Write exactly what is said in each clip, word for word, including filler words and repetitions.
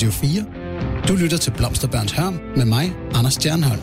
Radio fire. Du lytter til Blomsterbørns Hørm med mig, Anders Stjernholm.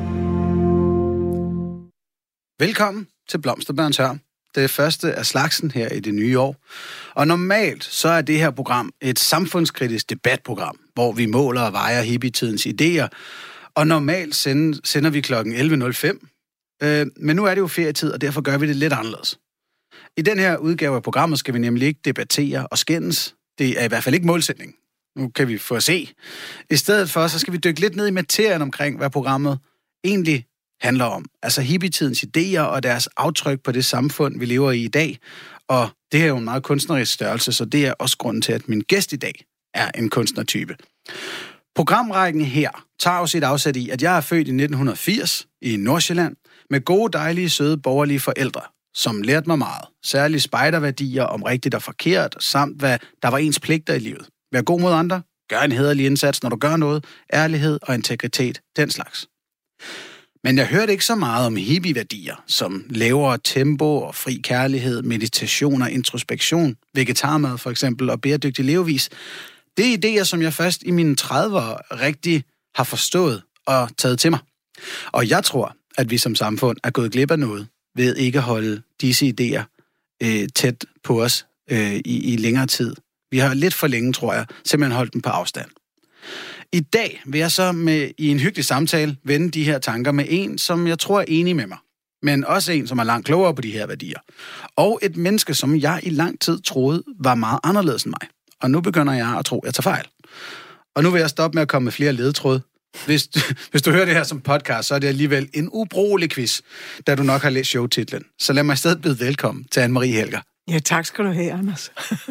Velkommen til Blomsterbørns Hørm. Det første af slagsen her i det nye år. Og normalt så er det her program et samfundskritisk debatprogram, hvor vi måler og vejer hippietidens idéer. Og normalt sender, sender vi klokken elleve nul fem. Øh, men nu er det jo ferietid, og derfor gør vi det lidt anderledes. I den her udgave af programmet skal vi nemlig ikke debattere og skændes. Det er i hvert fald ikke målsætning. Nu kan vi få at se. I stedet for, så skal vi dykke lidt ned i materien omkring, hvad programmet egentlig handler om. Altså hippietidens idéer og deres aftryk på det samfund, vi lever i i dag. Og det er jo en meget kunstnerisk størrelse, så det er også grunden til, at min gæst i dag er en kunstnertype. Programrækken her tager jo sit afsæt i, at jeg er født i nitten firs i Nordsjælland med gode, dejlige, søde, borgerlige forældre, som lærte mig meget. Særligt spejderværdier om rigtigt og forkert, samt hvad der var ens pligter i livet. Vær god mod andre, gør en hæderlig indsats, når du gør noget, ærlighed og integritet, den slags. Men jeg hørte ikke så meget om hippieværdier, som lavere tempo og fri kærlighed, meditation og introspektion, vegetarmad for eksempel og bæredygtig levevis. Det er idéer, som jeg først i mine trediver rigtig har forstået og taget til mig. Og jeg tror, at vi som samfund er gået glip af noget ved ikke at holde disse idéer øh, tæt på os øh, i, i længere tid. Vi har lidt for længe, tror jeg, simpelthen holdt dem på afstand. I dag vil jeg så med, i en hyggelig samtale vende de her tanker med en, som jeg tror er enig med mig, men også en, som er langt klogere på de her værdier. Og et menneske, som jeg i lang tid troede var meget anderledes end mig. Og nu begynder jeg at tro, at jeg tager fejl. Og nu vil jeg stoppe med at komme med flere ledetråd. Hvis, hvis du hører det her som podcast, så er det alligevel en ubrugelig quiz, da du nok har læst showtitlen. Så lad mig i stedet byde velkommen til Anne-Marie Helger. Ja, tak skal du have, Anders.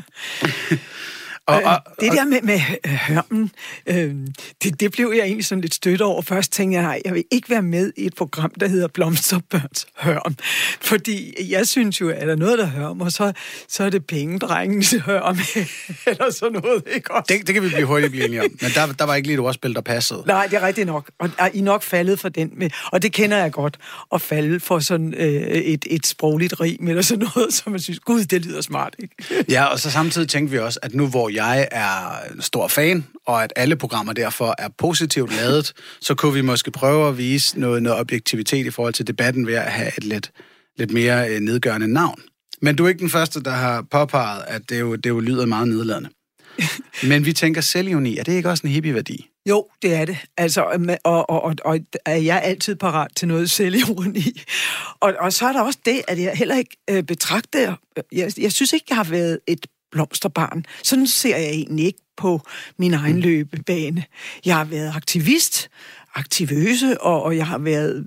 og, og, det der med, med hørmen, øh, det, det blev jeg egentlig sådan lidt stødt over. Først tænkte jeg, nej, jeg vil ikke være med i et program, der hedder Blomsterbørns Hørm. Fordi jeg synes jo, at der er noget, der hører mig, så, så er det pengedrengens hørm, eller sådan noget, ikke også? Det, det kan vi blive hurtigt blive enige om. Men der, der var ikke lige et ordspil, der passede. Nej, det er rigtigt nok. Og I er nok faldet for den. Med, og det kender jeg godt, at falde for sådan øh, et, et sprogligt rim, eller sådan noget, som man synes, gud, det lyder smart, ikke? Ja, og så samtidig tænkte vi også, at nu hvor jeg er en stor fan, og at alle programmer derfor er positivt ladet, så kunne vi måske prøve at vise noget, noget objektivitet i forhold til debatten ved at have et lidt, lidt mere nedgørende navn. Men du er ikke den første, der har påpeget, at det jo, det jo lyder meget nedladende. Men vi tænker selvironi, er det ikke også en hippieværdi? Jo, det er det. Altså, og, og, og, og er jeg altid parat til noget selvironi. Og, og så er der også det, at jeg heller ikke øh, betragter... Jeg, jeg synes ikke, jeg har været et blomsterbarn. Sådan ser jeg egentlig ikke på min egen løbebane. Jeg har været aktivist, aktivøse, og, og jeg har været...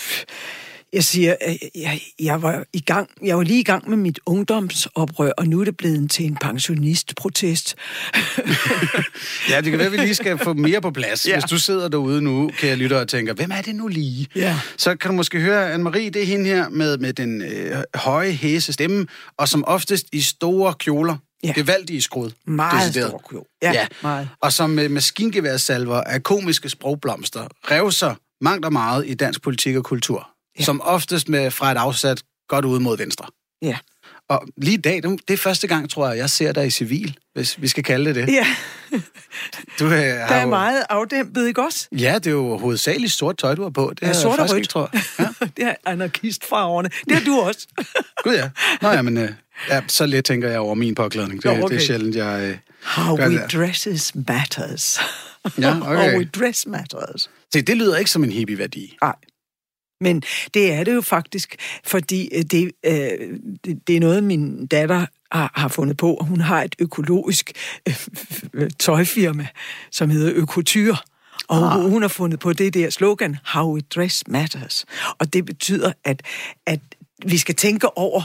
Jeg siger, jeg, jeg var i gang, jeg var lige i gang med mit ungdomsoprør, og nu er det blevet til en pensionistprotest. Ja, det kan være, at vi lige skal få mere på plads. Ja. Hvis du sidder derude nu, kan jeg lytte og tænker, hvem er det nu lige? Ja. Så kan du måske høre, Anne-Marie, det er hende her med, med den øh, høje, hæse stemme, og som oftest i store kjoler. Ja. Gevaldige skrud. Meget store kjole. Ja, ja. Meget. Og som med maskingeværssalver af komiske sprogblomster revser mangt og meget i dansk politik og kultur. Ja. Som oftest med fra et afsat godt ude mod venstre. Ja. Og lige i dag, det er første gang, tror jeg, jeg ser dig i civil, hvis vi skal kalde det det. Ja. Du, øh, der er jo... meget afdæmpet, ikke også? Ja, det er jo hovedsageligt sort tøj, du har på. Det ja, er sort og rødt, tror jeg. Ja. Det er anarkistfarverne. Det er du også. Gud ja. Nå ja, men øh, ja, så lidt tænker jeg over min påklædning. Det, okay. Det er sjældent, jeg øh, How we der. Dresses matters. Ja, okay. How we dress matters. Se, det lyder ikke som en hippie-værdi. Nej. Men det er det jo faktisk, fordi det, øh, det, det er noget, min datter har, har fundet på. Hun har et økologisk øh, tøjfirma, som hedder Økotyr. Og ah. hun har fundet på det der slogan, How we dress matters. Og det betyder, at, at vi skal tænke over,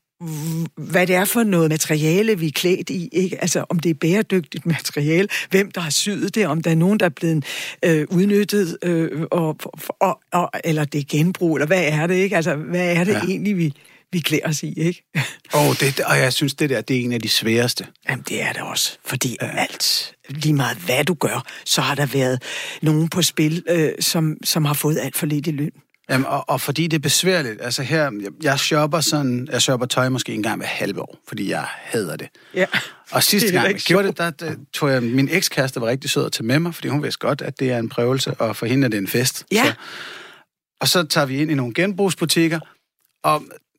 hvad det er for noget materiale, vi er klædt i, ikke? Altså, om det er bæredygtigt materiale, hvem der har syet det, om der er nogen, der er blevet øh, udnyttet, øh, og, og, og, eller det er genbrug, eller hvad er det, ikke? Altså, hvad er det ja. egentlig, vi, vi klæder os i, ikke? Oh, det, og jeg synes, det der, det er en af de sværeste. Jamen, det er det også, fordi ja. alt, lige meget hvad du gør, så har der været nogen på spil, øh, som, som har fået alt for lidt i løn. Jamen, og, og fordi det er besværligt. Altså her, jeg, jeg shopper sådan, jeg shopper tøj måske en gang hver halve år, fordi jeg hader det. Ja. Og sidste gang jeg gjorde det, der, der tog jeg, min ekskæreste var rigtig sød at tage med mig, fordi hun vidste godt, at det er en prøvelse, og for hende er det en fest. Ja. Så, og så tager vi ind i nogle genbrugsbutikker, og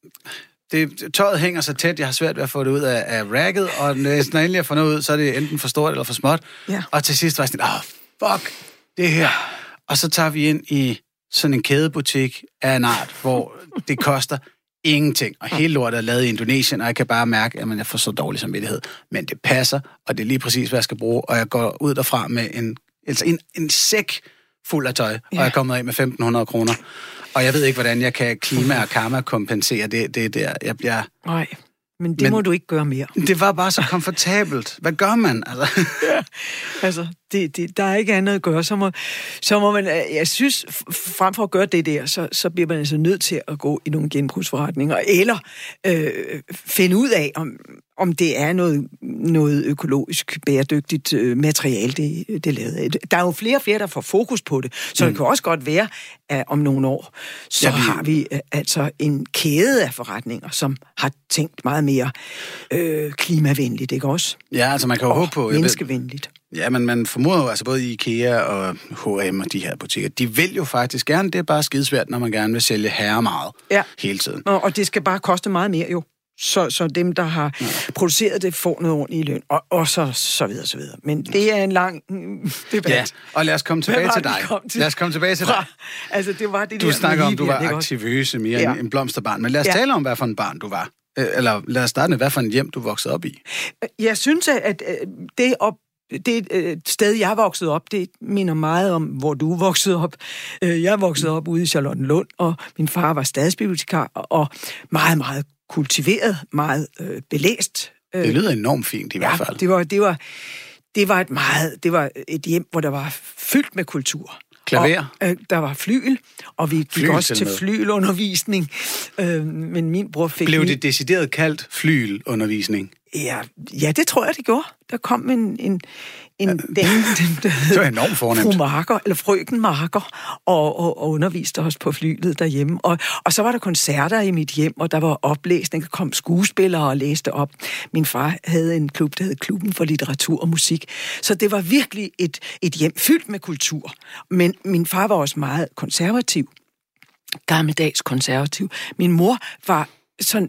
det, tøjet hænger så tæt, jeg har svært ved at få det ud af, af racket, og når jeg endelig får noget ud, så er det enten for stort eller for småt. Ja. Og til sidst var jeg sådan, åh, oh, fuck, det her. Og så tager vi ind i sådan en kædebutik af en art, hvor det koster ingenting. Og hele lortet er lavet i Indonesien, og jeg kan bare mærke, at jeg får så dårlig samvittighed. Men det passer, og det er lige præcis, hvad jeg skal bruge. Og jeg går ud derfra med en, altså en, en sæk fuld af tøj, ja. Og jeg er kommet af med femten hundrede kroner. Og jeg ved ikke, hvordan jeg kan klima og karma kompensere det, det der. Jeg bliver... Nej, men det men, må du ikke gøre mere. Det var bare så komfortabelt. Hvad gør man? Altså, ja, altså det, det, der er ikke andet at gøre. Så må, så må man, jeg synes, frem for at gøre det der, så, så bliver man altså nødt til at gå i nogle genbrugsforretninger, eller øh, finde ud af, om, om det er noget, noget økologisk bæredygtigt øh, materiale, det, det er lavet af. Der er jo flere og flere, der får fokus på det, så mm. det kan også godt være, at om nogle år, så ja, vi... har vi øh, altså en kæde af forretninger, som har tænkt meget mere øh, klimavenligt, ikke også? Ja, altså man kan jo og håbe på... menneskevenligt. Ja, men man formoder jo, altså både IKEA og H og M og de her butikker, de vil jo faktisk gerne, det er bare skidesvært, når man gerne vil sælge herre meget ja. hele tiden. Og, og det skal bare koste meget mere jo. Så, så dem, der har ja. produceret det, får noget ordentligt i løn, og, og så, så videre, så videre. Men det er en lang mm, debat. Ja, og lad os komme tilbage til dig. Til? Lad os komme tilbage til dig. Altså, det var det du der snakker om, du var det aktivøse mere ja. en blomsterbarn, men lad os ja. tale om, hvad for en barn du var. Eller lad os starte med, hvad for en hjem du voksede op i. Jeg synes, at det op Det sted, jeg voksede op, det minder meget om, hvor du voksede op. Jeg voksede op ude i Charlottenlund, og min far var stadsbibliotekar, og meget, meget kultiveret, meget øh, belæst. Det lyder enormt fint i ja, hvert fald. det var, det var, det var et meget, det var et hjem, hvor der var fyldt med kultur. Klaver? Og, øh, der var flyl, og vi gik flyl også til med. flylundervisning. Øh, men min bror fik... Blev det decideret kaldt flylundervisning? Ja, ja, det tror jeg, det gjorde. Der kom en... en en, den, den, det var enormt fornemt. Fru Marker, eller frøken Marker, og, og, og underviste os på flylet derhjemme. Og, og så var der koncerter i mit hjem, og der var oplæsning, der kom skuespillere og læste op. Min far havde en klub, der hed Klubben for Litteratur og Musik. Så det var virkelig et, et hjem fyldt med kultur. Men min far var også meget konservativ. Gammeldags konservativ. Min mor var sådan...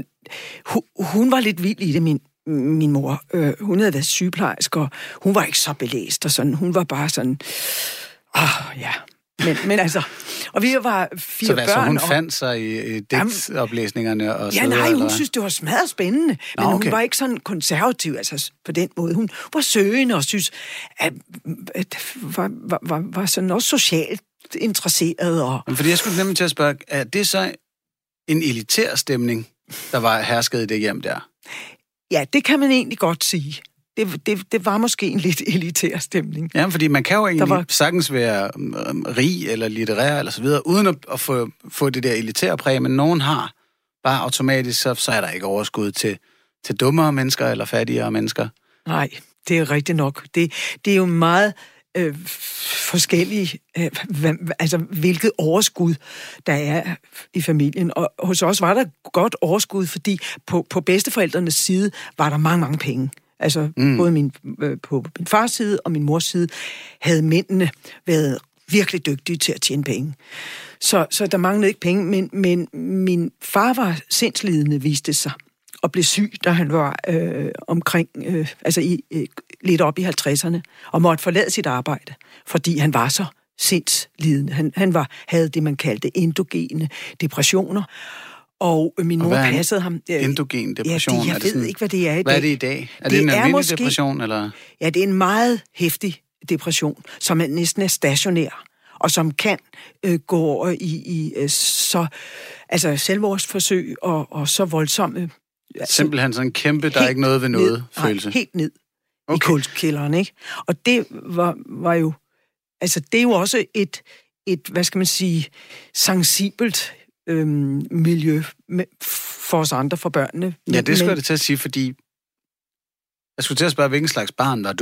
Hun, hun var lidt vild i det, min min mor. Øh, hun havde været sygeplejerske, og hun var ikke så belæst, og sådan. Hun var bare sådan... Åh, oh, ja. Men, men altså... Og vi var fire så, hvad, børn... Så hun og, fandt sig i, i digtoplæsningerne og så ja, nej, eller? Hun synes, det var smadret spændende. Men Nå, okay. Hun var ikke sådan konservativ, altså på den måde. Hun var søgende og synes, at, at var, var, var, var sådan også socialt interesseret. Og... Men fordi jeg skulle nemlig til at spørge, er det så en elitær stemning, der var hersket i det hjem der? Ja, det kan man egentlig godt sige. Det, det, det var måske en lidt elitær stemning. Ja, fordi man kan jo egentlig var... sagtens være um, rig eller litterær eller så videre, uden at, at få, få det der elitære præg, men nogen har bare automatisk, så, så er der ikke overskud til, til dummere mennesker eller fattigere mennesker. Nej, det er rigtigt nok. Det, det er jo meget øh, forskellige, øh, hvad, altså hvilket overskud der er i familien. Og hos os var der godt overskud, fordi på, på bedsteforældrenes side var der mange, mange penge. Altså mm. både min, øh, på min fars side og min mors side havde mændene været virkelig dygtige til at tjene penge. Så, så der manglede ikke penge, men, men min far var sindslidende, viste sig, og blev syg, da han var øh, omkring, øh, altså i, øh, lidt op i halvtredserne, og måtte forlade sit arbejde, fordi han var så sindslidende. Han, han var, havde det, man kaldte endogene depressioner, og min mor og passede ham. Endogen depression? Ja, det, jeg er det ved sådan, ikke, hvad det er i dag. Hvad er det i dag? Er det, det en almindelig måske, depression? Eller? Ja, det er en meget heftig depression, som er næsten er stationær, og som kan øh, gå over i, i øh, så, altså selvmordsforsøg og, og så voldsomme... Altså, simpelthen sådan en kæmpe, der er ikke noget ved noget ned, følelse? Nej, helt ned okay. i kulkælderen, ikke? Og det var, var jo... Altså, det er jo også et, et hvad skal man sige, sensibelt øhm, miljø med, for os andre, for børnene. Ja, det skulle jeg da til at sige, fordi... Jeg skulle til at spørge, hvilken slags barn var du?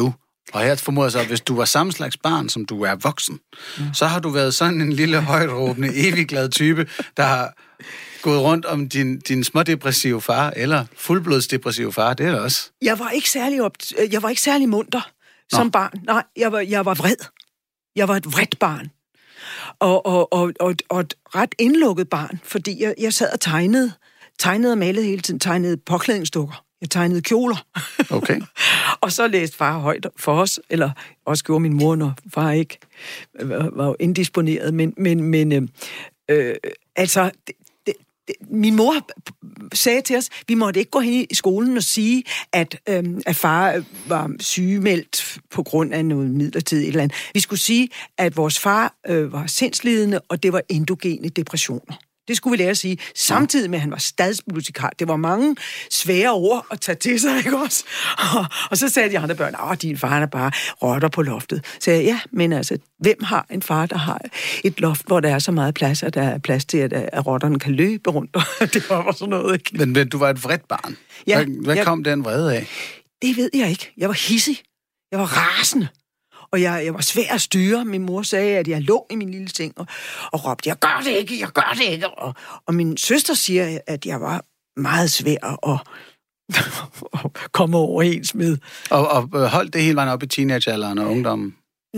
Og her formoder jeg så, at hvis du var samme slags barn, som du er voksen, ja. så har du været sådan en lille højtråbende, evig glad type, der har gået rundt om din, din smådepressive far, eller fuldblodsdepressive far, det er det også. Jeg var ikke særlig, op... jeg var ikke særlig munter som Nå. barn. Nej, jeg var, jeg var vred. Jeg var et vredt barn. Og, og, og, og, og et ret indlukket barn, fordi jeg, jeg sad og tegnede, tegnede og malede hele tiden, tegnede påklædningsdukker. Jeg tegnede kjoler. Okay. Og så læste far højt for os, eller også gjorde min mor, når far ikke var, var indisponeret. Men, men, men øh, altså, det, det, det, min mor sagde til os, vi måtte ikke gå hen i skolen og sige, at, øh, at far var sygemeldt på grund af noget midlertidigt eller andet. Vi skulle sige, at vores far øh, var sindslidende, og det var endogene depressioner. Det skulle vi lære at sige, samtidig med, at han var stadsbibliotekar. Det var mange svære ord at tage til sig, ikke også? Og, og så sagde de andre børn, åh, din far er bare rotter på loftet. Så jeg, ja, men altså, hvem har en far, der har et loft, hvor der er så meget plads, at der er plads til, at, at rotterne kan løbe rundt? Det var sådan noget, ikke? Men, men du var et vredt barn. Ja, hvad hvad jeg, kom den vrede af? Det ved jeg ikke. Jeg var hissig. Jeg var rasende. Og jeg, jeg var svær at styre. Min mor sagde, at jeg lå i min lille seng og, og råbte, jeg gør det ikke, jeg gør det ikke. Og, og min søster siger, at jeg var meget svær at, at komme overens med. Og, og holdt det hele vejen op i teenagealderen og ungdommen?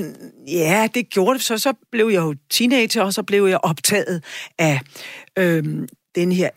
Ja, det gjorde det. Så, så blev jeg jo teenager, og så blev jeg optaget af øhm, den her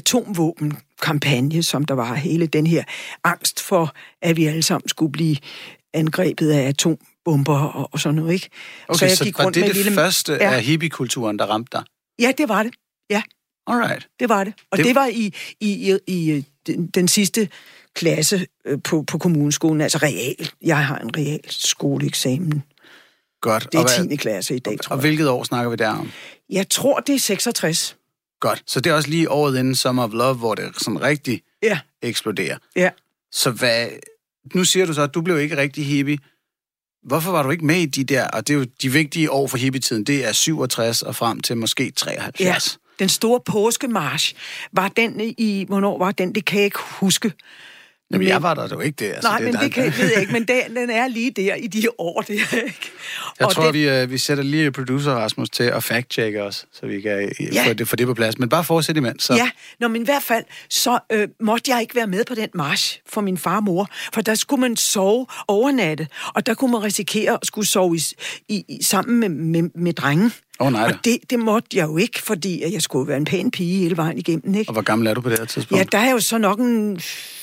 anti-atomvåben-kampagne, som der var hele den her angst for, at vi alle sammen skulle blive angrebet af atombomber og, og sådan noget, ikke? Okay, så, jeg gik så var det det lille... første ja. af hippiekulturen, der ramte dig? Ja, det var det. Ja. Alright. Det var det. Og det, det var i, i, i, i den, den sidste klasse på, på kommuneskolen, altså real. Jeg har en real skoleeksamen. Godt. Det er tiende klasse i dag, og, tror jeg. Og hvilket år snakker vi der om? Jeg tror, det er seksogtres. Godt. Så det er også lige året inden Summer of Love, hvor det sådan rigtig ja. eksploderer. Ja. Så hvad... Nu siger du så, at du blev ikke rigtig hippie. Hvorfor var du ikke med i de der, og det er jo de vigtige år for hippietiden, det er syvogtres og frem til måske treoghalvfjerds. Ja, den store påskemarch, var den i, hvornår var den, det kan jeg ikke huske. Jamen, jeg var der jo ikke det. Altså, nej, det, men der, det kan, ved jeg ikke, men den, den er lige der i de år, det er ikke. Jeg og tror, den... vi, uh, vi sætter lige producer Rasmus til at fact-checke os, så vi kan ja. få, det, få det på plads. Men bare fortsæt imens. Så. Ja, nå, men i hvert fald, så øh, måtte jeg ikke være med på den march for min far og mor, for der skulle man sove overnatte, og der kunne man risikere at skulle sove i, i, i, sammen med, med, med drenge. Oh, nej, og det, det måtte jeg jo ikke, fordi jeg skulle være en pæn pige hele vejen igennem, ikke? Og hvor gammel er du på det her tidspunkt? Ja, der er jo så nok en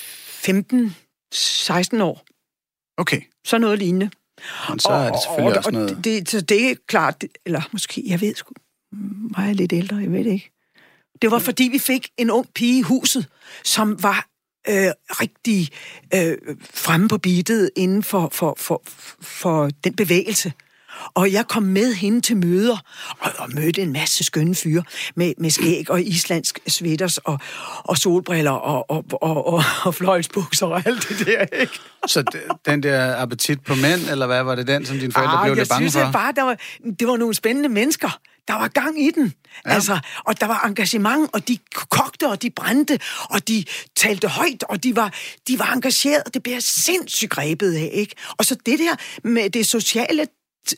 femten seksten år. Okay. Så noget lignende. Men så er det selvfølgelig og, også noget... Og det, så det er klart, eller måske, jeg ved sgu, mig er lidt ældre, jeg ved det ikke. Det var fordi, vi fik en ung pige i huset, som var øh, rigtig øh, fremme på beatet inden for, for, for, for den bevægelse. Og jeg kom med hende til møder, og, og mødte en masse skønne fyre med, med skæg og islandsk sweaters og, og solbriller og, og, og, og, og fløjlsbukser og alt det der, ikke? Så den der appetit på mænd, eller hvad var det den, som dine forældre ah, blev lidt bange for? Jeg synes bare, der var, det var nogle spændende mennesker. Der var gang i den. Ja. Altså, og der var engagement, og de kogte, og de brændte, og de talte højt, og de var, de var engageret, og det blev jeg sindssygt grebet af, ikke? Og så det der med det sociale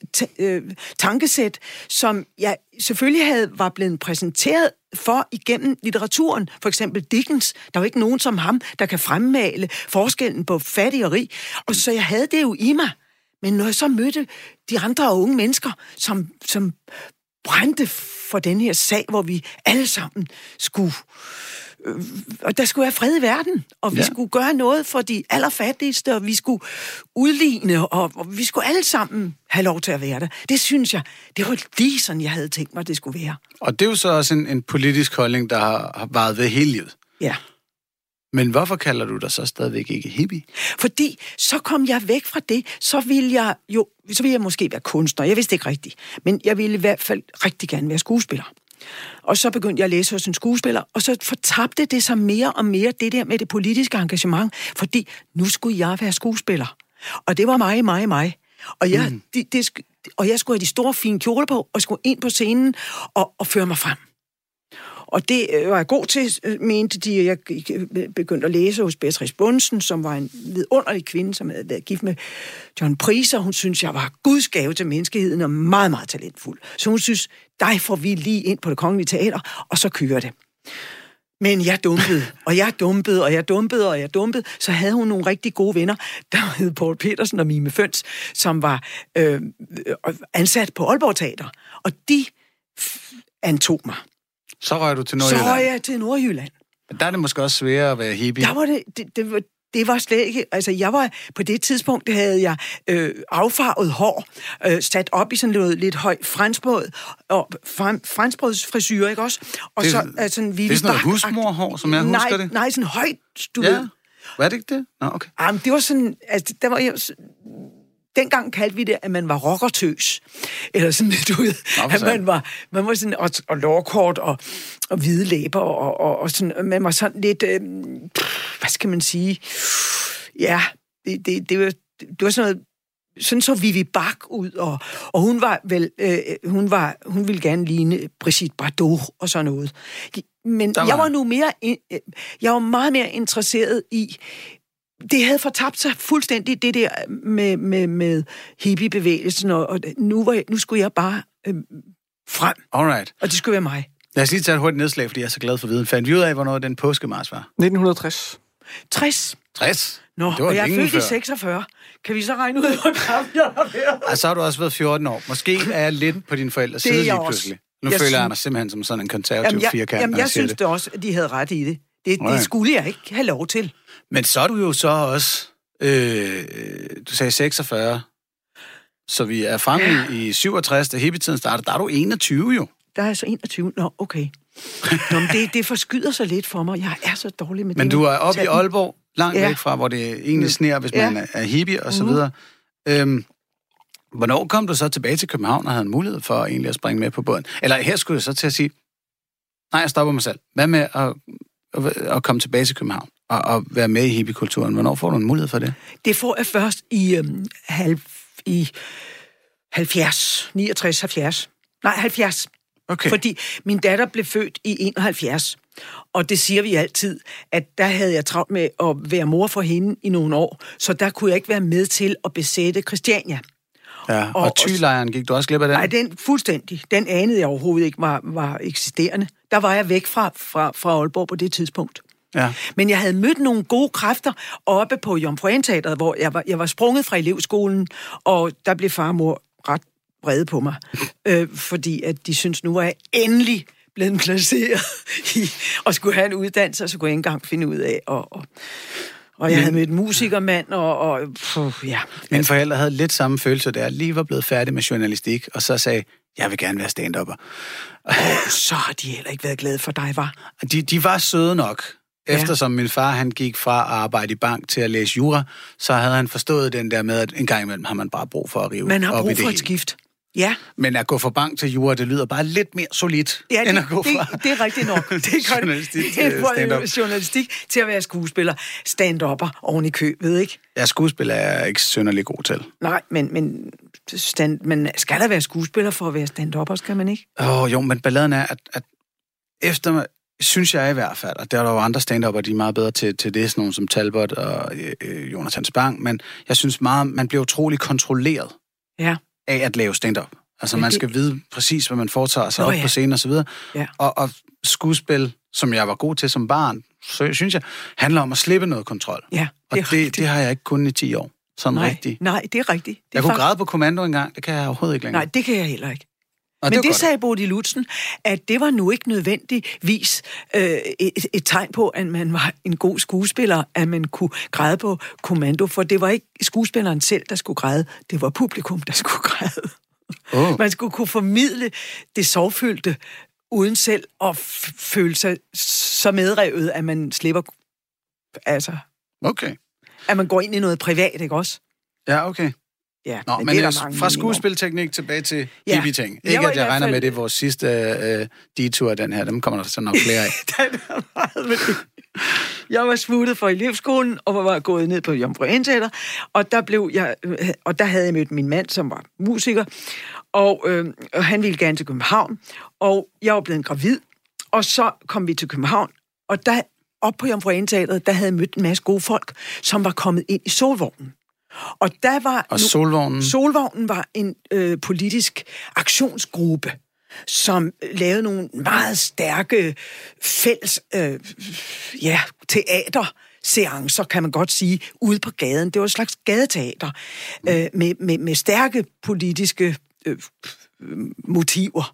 tankesæt, som jeg selvfølgelig havde, var blevet præsenteret for igennem litteraturen. For eksempel Dickens. Der var ikke nogen som ham, der kan fremmale forskellen på fattig og rig. Og så jeg havde det jo i mig. Men når jeg så mødte de andre unge mennesker, som, som brændte for den her sag, hvor vi alle sammen skulle... Øh, og der skulle være fred i verden, og vi ja. skulle gøre noget for de allerfattigste, og vi skulle udligne, og, og vi skulle alle sammen have lov til at være der. Det synes jeg, det var lige sådan, jeg havde tænkt mig, det skulle være. Og det er jo så også en, en politisk holdning, der har, har varet ved hele livet. Ja. Men hvorfor kalder du dig så stadigvæk ikke hippie? Fordi så kom jeg væk fra det, så ville jeg jo, så ville jeg måske være kunstner, jeg vidste ikke rigtigt, men jeg ville i hvert fald rigtig gerne være skuespiller. Og så begyndte jeg at læse hos en skuespiller, og så fortabte det sig mere og mere, det der med det politiske engagement, fordi nu skulle jeg være skuespiller. Og det var mig, mig, mig. Og jeg, mm. det, det, og jeg skulle have de store, fine kjoler på, og skulle ind på scenen og, og føre mig frem. Og det var jeg god til, mente de. Jeg begyndte at læse hos Beatrice Bundsen, som var en vidunderlig kvinde, som havde været gift med John Priser. Hun synes, jeg var Guds gave til menneskeheden og meget, meget talentfuld. Så hun synes, dig får vi lige ind på Det Kongelige Teater, og så kører det. Men jeg dumpede, og jeg dumpede, og jeg dumpede, og jeg dumpede. Så havde hun nogle rigtig gode venner, der hed Poul Petersen og Mime Føns, som var øh, ansat på Aalborg Teater. Og de antog mig. Så røg du til Nordjylland? Så røg jeg til Nordjylland. Der er det måske også sværere at være hippie. Der var det, det, det, var, det var slet ikke... Altså, jeg var... På det tidspunkt havde jeg øh, affarvet hår, øh, sat op i sådan noget lidt høj franskbrød, og franskbrødsfrisyre, ikke også? Og det, så, altså, det er sådan noget husmorhår, som jeg nej, husker det? Nej, sådan højt, du ja. ved. Var det ikke det? Nå, okay. Jamen, det var sådan... Altså, der var jo... Dengang kaldte vi det, at man var rockertøs. Eller sådan lidt ud. At man var, man var sådan, og, og lårkort og, og hvide læber, og, og, og sådan, man var sådan lidt, øh, hvad skal man sige, ja, det, det, det, var, det var sådan noget, sådan så Vivi Bach ud, og, og hun var vel, øh, hun var, hun ville gerne ligne Brigitte Bardot og sådan noget. Men var... jeg var nu mere, jeg var meget mere interesseret i, det havde fortabt sig fuldstændig, det der med, med, med hippiebevægelsen, og, og nu, var jeg, nu skulle jeg bare øh, frem. Alright. Og det skulle være mig. Lad os lige tage et hurtigt nedslag, fordi jeg er så glad for viden. Fandt vi ud af, hvornår den påskemars var? nitten tres. tres. tres? Nå, og jeg er født i seksogfyrre. Kan vi så regne ud, hvor gammel jeg har været? Altså, så har du også været fjorten år. Måske er jeg lidt på dine forældres side lige pludselig. Nu jeg føler synes... jeg mig simpelthen som sådan en konservativ jamen, jeg, firkant. Jamen, jeg synes det også, at de havde ret i det. Det, det skulle jeg ikke have lov til. Men så er du jo så også, øh, du sagde seksogfyrre, så vi er fremme ja. i, i syvogtres, da hippietiden starter. Der er du enogtyve jo. Der er så enogtyve. Nå, okay. Nå, men det, det forskyder sig lidt for mig. Jeg er så dårlig med det. Men du er oppe i Aalborg, langt ja. væk fra, hvor det egentlig sner, hvis ja. man er hippie og så videre. Mm. Øhm, hvornår kom du så tilbage til København og havde en mulighed for egentlig at springe med på båden? Eller her skulle jeg så til at sige, nej, jeg stopper mig selv. Hvad med at, at, at komme tilbage til København og, og være med i hippiekulturen? Hvornår får du en mulighed for det? Det får jeg først i, øhm, halv, i halvfjerds, niogtres, halvfjerds. Nej, halvfjerds. Okay. Fordi min datter blev født i enoghalvfjerds. Og det siger vi altid, at der havde jeg travlt med at være mor for hende i nogle år, så der kunne jeg ikke være med til at besætte Christiania. Ja, og, og Thylejren, gik du også glip af den? Nej, den fuldstændig. Den anede jeg overhovedet ikke var, var eksisterende. Der var jeg væk fra, fra, fra Aalborg på det tidspunkt. Ja. Men jeg havde mødt nogle gode kræfter oppe på Jomfru Ane Teatret, hvor jeg var, jeg var sprunget fra elevskolen, og der blev far og mor ret vrede på mig, øh, fordi at de synes nu var jeg endelig blevet placeret i og skulle have en uddannelse, og så kunne jeg ikke engang finde ud af, og, og, og jeg Men, havde mødt en musikermand, og, og pff, ja. Mine forældre havde lidt samme følelse, da jeg lige var blevet færdig med journalistik, og så sagde, jeg vil gerne være stand-upper. Og så har de heller ikke været glade for dig, var? De, de var søde nok. Eftersom min far, han gik fra at arbejde i bank til at læse jura, så havde han forstået den der med, at en gang imellem har man bare brug for at rive op i det. Man har brug for et skift. Ja. Men at gå fra bank til jura, det lyder bare lidt mere solidt, ja, det, end at gå fra det, det er rigtigt nok. Det er journalistik til stand-up. Journalistik til at være skuespiller. Stand-upper oven i kø, ved ikke? Ja, skuespiller er jeg ikke synderlig god til. Nej, men, men, stand, men skal der være skuespiller for at være stand-upper, skal man ikke? Åh, oh, jo, men balladen er, at, at efter, synes jeg i hvert fald, og der er der jo andre stand-upper, de er meget bedre til, til det, sådan nogle som Talbot og øh, Jonathan Spang, men jeg synes meget, man bliver utrolig kontrolleret ja. af at lave stand-up. Altså, man skal vide præcis, hvad man foretager sig Nå, op ja. på scenen og så videre. Ja. Og, og skuespil, som jeg var god til som barn, så synes jeg, handler om at slippe noget kontrol. Ja, det og det, det har jeg ikke kun i ti år. Sådan nej, rigtigt. Nej, det er rigtigt. Det jeg er kunne faktisk... græde på kommando engang, det kan jeg overhovedet ikke længere. Nej, det kan jeg heller ikke. Og Men det, det sagde Bodil Lutzen, at det var nu ikke nødvendigvis øh, et, et tegn på, at man var en god skuespiller, at man kunne græde på kommando, for det var ikke skuespilleren selv, der skulle græde, det var publikum, der skulle græde. Oh. Man skulle kunne formidle det sorgfyldte, uden selv at f- føle sig så medrevet, at man slipper, altså, okay. at man går ind i noget privat, ikke også? Ja, okay. Ja, Nå, men, men ellers, fra skuespilteknik tilbage til ja. hippie-ting. Ikke, at jeg regner fald... med, det er vores sidste øh, detur, den her. Dem kommer der så nok flere af. Den er meget med det. Jeg var smuttet fra elevskolen, og var gået ned på Jomfru Ane Teater, og der, blev jeg, og der havde jeg mødt min mand, som var musiker, og, øh, og han ville gerne til København, og jeg var blevet gravid, Og så kom vi til København, og der op på Jomfru Ane Teatret, der havde jeg mødt en masse gode folk, som var kommet ind i Solvognen. Og der var... Og Solvognen? Solvognen var en øh, politisk aktionsgruppe, som lavede nogle meget stærke fælles øh, ja, teaterseancer, kan man godt sige, ude på gaden. Det var et slags gadeteater øh, med, med, med stærke politiske øh, motiver.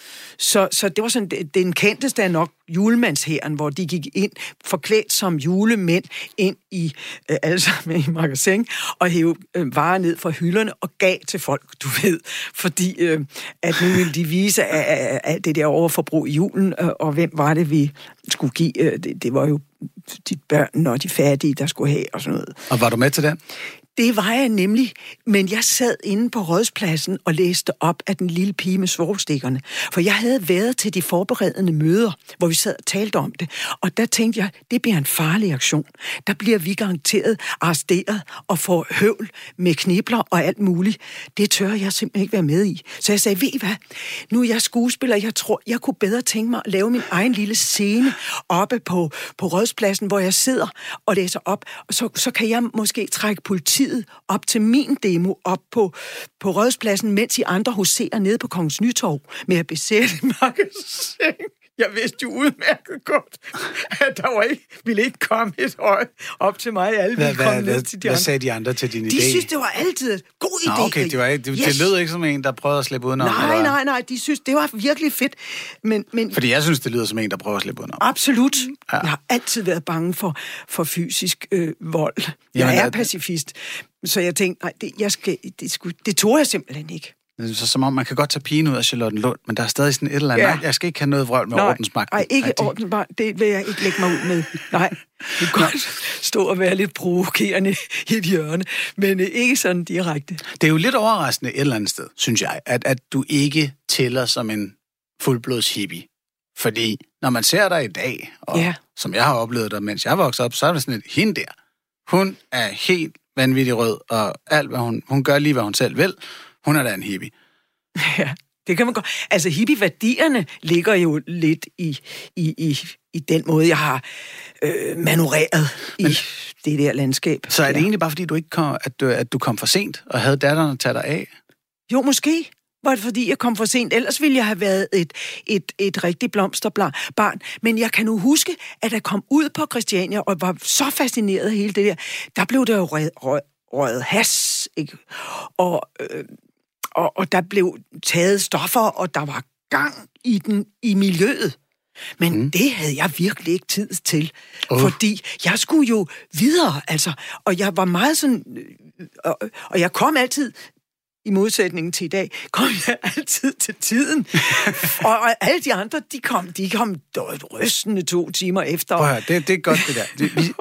Så, så det var sådan, den kendteste er nok julemandshæren, hvor de gik ind, forklædt som julemænd, ind i, øh, altså med i magasin, og hævde øh, varer ned fra hylderne og gav til folk, du ved, fordi øh, at nu ville de vise alt det der overforbrug i julen, øh, og hvem var det, vi skulle give? Øh, det, det var jo de børn og de fattige, der skulle have, og sådan noget. Og var du med til den? Det var jeg nemlig, men jeg sad inde på Rådspladsen og læste op af den lille pige med svovlstikkerne. For jeg havde været til de forberedende møder, hvor vi sad og talte om det, og der tænkte jeg, det bliver en farlig aktion. Der bliver vi garanteret arresteret og får høvl med knibler og alt muligt. Det tør jeg simpelthen ikke være med i. Så jeg sagde, ved I hvad, nu er jeg skuespiller, jeg tror, jeg kunne bedre tænke mig at lave min egen lille scene oppe på, på Rådspladsen, hvor jeg sidder og læser op, og så, så kan jeg måske trække politiet op til min demo op på, på Rådspladsen, mens I andre huserer nede på Kongens Nytorv med at besætte magasin. Jeg vidste jo udmærket godt, at der var ikke, ville ikke komme et øje op til mig. Alle ville komme hvad, ned hvad, til de hvad andre. sagde de andre til din de idé? De synes, det var altid en god idé. Nå, okay, det, var ikke, det, yes. det lød ikke som en, der prøvede at slippe udenom. Nej, eller? nej, nej, de synes, det var virkelig fedt. Men, men, Fordi jeg synes, det lyder som en, der prøver at slippe udenom. Absolut. Ja. Jeg har altid været bange for, for fysisk øh, vold. Jeg Jamen, er er, pacifist. Så jeg tænkte, nej, det, jeg skal, det, skulle, det tog jeg simpelthen ikke. Så som om man kan godt tage pigen ud af Charlottenlund, men der er stadig sådan et eller andet. Ja. Nej, jeg skal ikke have noget vrøvl med nej, ordensmagten. Nej, ikke ordensmagten. Det vil jeg ikke lægge mig ud med. Nej, det kan godt stå og være lidt provokerende i et hjørne, men ikke sådan direkte. Det er jo lidt overraskende et eller andet sted, synes jeg, at, at du ikke tæller som en fuldblods hippie. Fordi når man ser dig i dag, og ja. som jeg har oplevet dig, mens jeg voksede op, så er det sådan et, hende der, hun er helt vanvittig rød, og alt, hvad hun, hun gør lige, hvad hun selv vil. Hun er da en hippie. Ja, det kan man godt. Altså, hippie-værdierne ligger jo lidt i, i, i, i den måde, jeg har øh, manøvreret i Men, det der landskab. Så er det ja. egentlig bare, fordi du ikke kom, at, du, at du kom for sent, og havde datteren at tage dig af? Jo, måske var det, fordi jeg kom for sent. Ellers ville jeg have været et, et, et rigtigt blomsterbarn. Men jeg kan nu huske, at jeg kom ud på Christiania, og var så fascineret af hele det der. Der blev der jo røget, røget, røget has, ikke? Og... Øh, Og, og der blev taget stoffer, og der var gang i den i miljøet. Men mm. det havde jeg virkelig ikke tid til, uh. fordi jeg skulle jo videre, altså. Og jeg var meget sådan... Og, og jeg kom altid, i modsætning til i dag, kom jeg altid til tiden. og, og alle de andre, de kom, de kom rystende to timer efter. Prøv at høre, det, det er godt det der. Det, vi,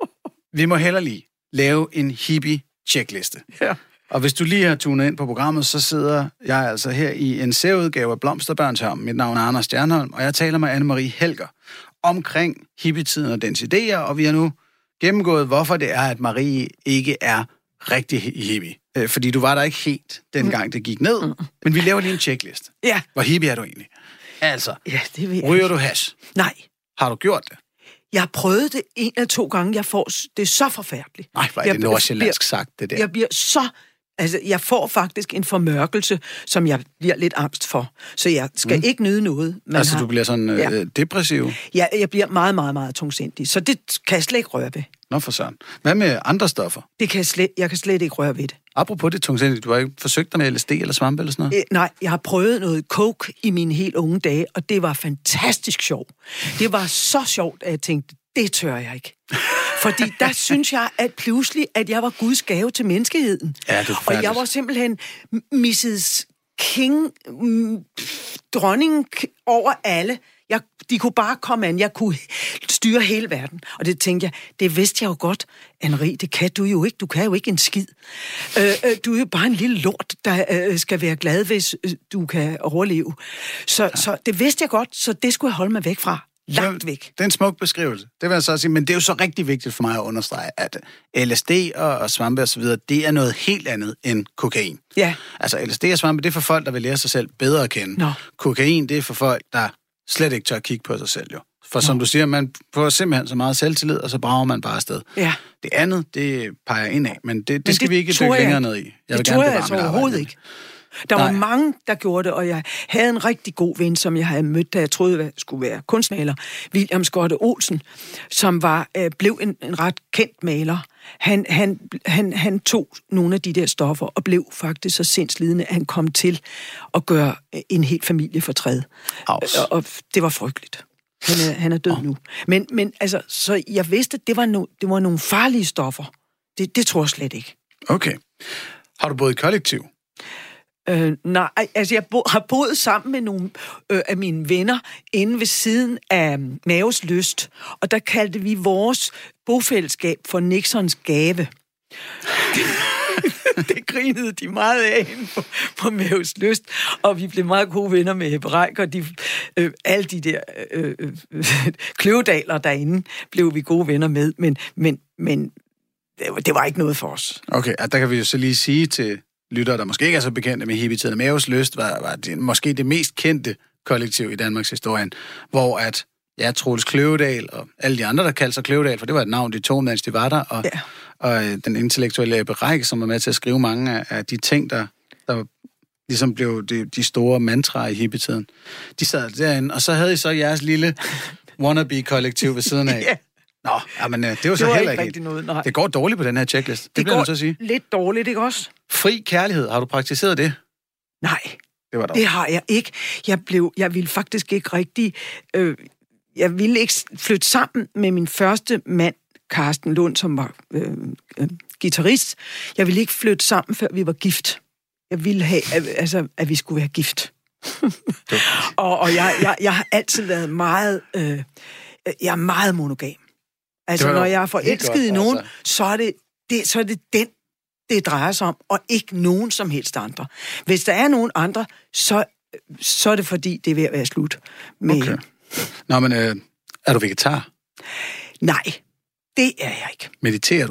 vi må heller lige lave en hippie-checkliste. Ja. Og hvis du lige har tunet ind på programmet, så sidder jeg altså her i en særudgave af Blomsterbørnshavn. Mit navn er Anders Stjernholm, og jeg taler med Anne-Marie Helger omkring hippietiden og dens idéer, og vi har nu gennemgået, hvorfor det er, at Marie ikke er rigtig hippie. Fordi du var der ikke helt, dengang det gik ned, men vi laver lige en checkliste. Ja. Hvor hippie er du egentlig? Altså, ja, det ved jeg. Ryger du hash? Nej. Har du gjort det? Jeg har prøvet det en eller to gange. Jeg får, det er så forfærdeligt. Nej, hvor er det nordsjællandsk sagt, det der. Jeg bliver så... Altså, jeg får faktisk en formørkelse, som jeg bliver lidt angst for. Så jeg skal mm. ikke nyde noget. Man altså, har. du bliver sådan øh, ja. depressiv? Ja, jeg bliver meget, meget, meget tungsindig. Så det kan jeg slet ikke røre ved. Nå for sådan. Hvad med andre stoffer? Det kan jeg slet, jeg kan slet ikke røre ved det. Apropos det tungsindige, du har ikke forsøgt dig med L S D eller svampe eller sådan noget? Æ, nej, jeg har prøvet noget coke i mine helt unge dage, og det var fantastisk sjovt. Det var så sjovt, at jeg tænkte, det tør jeg ikke. Fordi der synes jeg, at pludselig, at jeg var Guds gave til menneskeheden. Ja, det er og jeg var simpelthen missus King, mm, dronning over alle. Jeg, de kunne bare komme an. Jeg kunne styre hele verden. Og det tænkte jeg, det vidste jeg jo godt, Anne-Marie, det kan du jo ikke. Du kan jo ikke en skid. Øh, øh, du er jo bare en lille lort, der øh, skal være glad, hvis øh, du kan overleve. Så, ja. så det vidste jeg godt, så det skulle jeg holde mig væk fra. Langt væk. Det er en smuk beskrivelse. Det vil jeg så sige, men det er jo så rigtig vigtigt for mig at understrege, at L S D og, og svampe og så videre, det er noget helt andet end kokain. Ja. Altså L S D og svampe, det er for folk, der vil lære sig selv bedre at kende. Nå. Kokain, det er for folk, der slet ikke tør kigge på sig selv, jo. For som Nå. du siger, man får simpelthen så meget selvtillid, og så brager man bare afsted. Ja. Det andet, det peger ind af, men det, det men skal det vi ikke dykke længere ned i. Jeg det tror jeg altså overhovedet ikke. Der Nej. var mange, der gjorde det, og jeg havde en rigtig god ven, som jeg havde mødt, da jeg troede, jeg skulle være kunstmaler, William Skotte Olsen, som var, øh, blev en, en ret kendt maler. Han, han, han, han tog nogle af de der stoffer og blev faktisk så sindslidende, at han kom til at gøre en hel familie fortræd. Og, og det var frygteligt. Han er, han er død oh. nu. Men, men altså, så jeg vidste, at det var, no, det var nogle farlige stoffer. Det, det tror jeg slet ikke. Okay. Har du boet i kollektiv? Øh, nej, altså jeg bo, har boet sammen med nogle øh, af mine venner inde ved siden af Maves Lyst, og der kaldte vi vores bofællesskab for Nixons gave. Det grinede de meget af inde på, på Maves Lyst, og vi blev meget gode venner med Heppe Reik, og de, øh, alle de der øh, øh, kløvedaler derinde blev vi gode venner med, men, men, men det, var, det var ikke noget for os. Okay, der kan vi jo så lige sige til lyttere, der måske ikke er så bekendte med hippietiden. Maves Lyst var, var det, måske det mest kendte kollektiv i Danmarks historie, hvor at, ja, Troels Kløvedal og alle de andre, der kaldte sig Kløvedal, for det var et navn, de tog, mens de var der, og, ja. og den intellektuelle Ebbe Reik, som var med til at skrive mange af, af de ting, der, der ligesom blev de, de store mantraer i hippietiden. De sad derinde, og så havde I så jeres lille wannabe-kollektiv ved siden af. Ja. Nå, jamen, det var så det var heller ikke, ikke noget, nej. Det går dårligt på den her checklist. Det, det bliver jeg nødt til at sige. Lidt dårligt, ikke også? Fri kærlighed, har du praktiseret det? Nej, det, var det har jeg ikke. Jeg blev, jeg ville faktisk ikke rigtig... Øh, jeg ville ikke flytte sammen med min første mand, Carsten Lund, som var øh, øh, guitarist. Jeg ville ikke flytte sammen, før vi var gift. Jeg ville have, at, altså, at vi skulle være gift. og og jeg, jeg, jeg har altid været meget... Øh, jeg er meget monogam. Altså, når jeg er forelsket i nogen, altså. så, er det, det, så er det den, det drejer sig om, og ikke nogen som helst andre. Hvis der er nogen andre, så, så er det fordi, det er ved at være slut. Med... Okay. Nå, men øh, er du vegetar? Nej, det er jeg ikke. Mediterer du?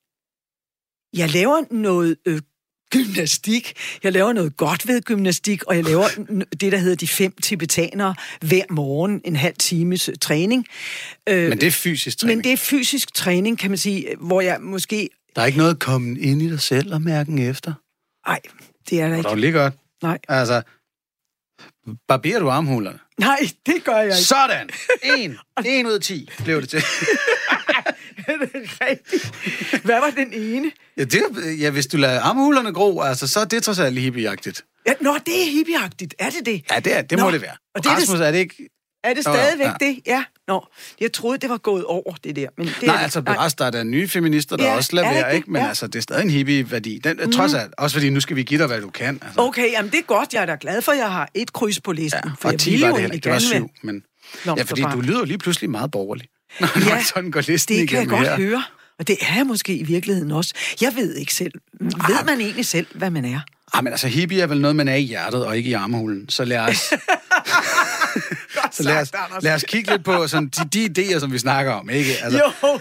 Jeg laver noget øh, gymnastik. Jeg laver noget godt ved gymnastik, og jeg laver det, der hedder de fem tibetanere hver morgen, en halv times træning. Men det er fysisk træning? Men det er fysisk træning, kan man sige, hvor jeg måske... Der er ikke noget kommet ind i dig selv og mærken efter? Nej, det er der ikke. Og det er lige godt. Nej. Altså, barberer du armhulerne? Nej, det gør jeg ikke. Sådan! En. En ud af ti blev det til. Er det rigtigt? Hvad var den ene? Ja, det, ja, hvis du lader armhulerne gro, altså, så er det trods alt hippieagtigt. Ja, nå, det er hippieagtigt. Er det det? Ja, det, er, det må det være. Og det Rasmus, er det ikke... Er det stadigvæk ja. det? Ja. Nå, jeg troede, det var gået over, det der. Men det nej, er altså berests, der er der nye feminister, der ja, også laverer, ikke? Men ja. altså, det er stadig en hippie-værdi. Den, mm. Trods alt, også fordi nu skal vi give dig, hvad du kan. Altså. Okay, jamen det er godt. Jeg er da glad for, at jeg har et kryds på listen. Ja, for og ti var det heller ikke. Det var syv, men... Ja, fordi du lyder lige pludselig meget borgerlig. Ja, sådan går listen det kan jeg godt her. høre. Og det er jeg måske i virkeligheden også. Jeg ved ikke selv. Ved man egentlig selv, hvad man er? Ah, men altså, hippie er vel noget, man er i hjertet og ikke i armhulen. Så lad os... så lad os, lad os kigge lidt på sådan, de, de idéer, som vi snakker om, ikke? Altså, jo!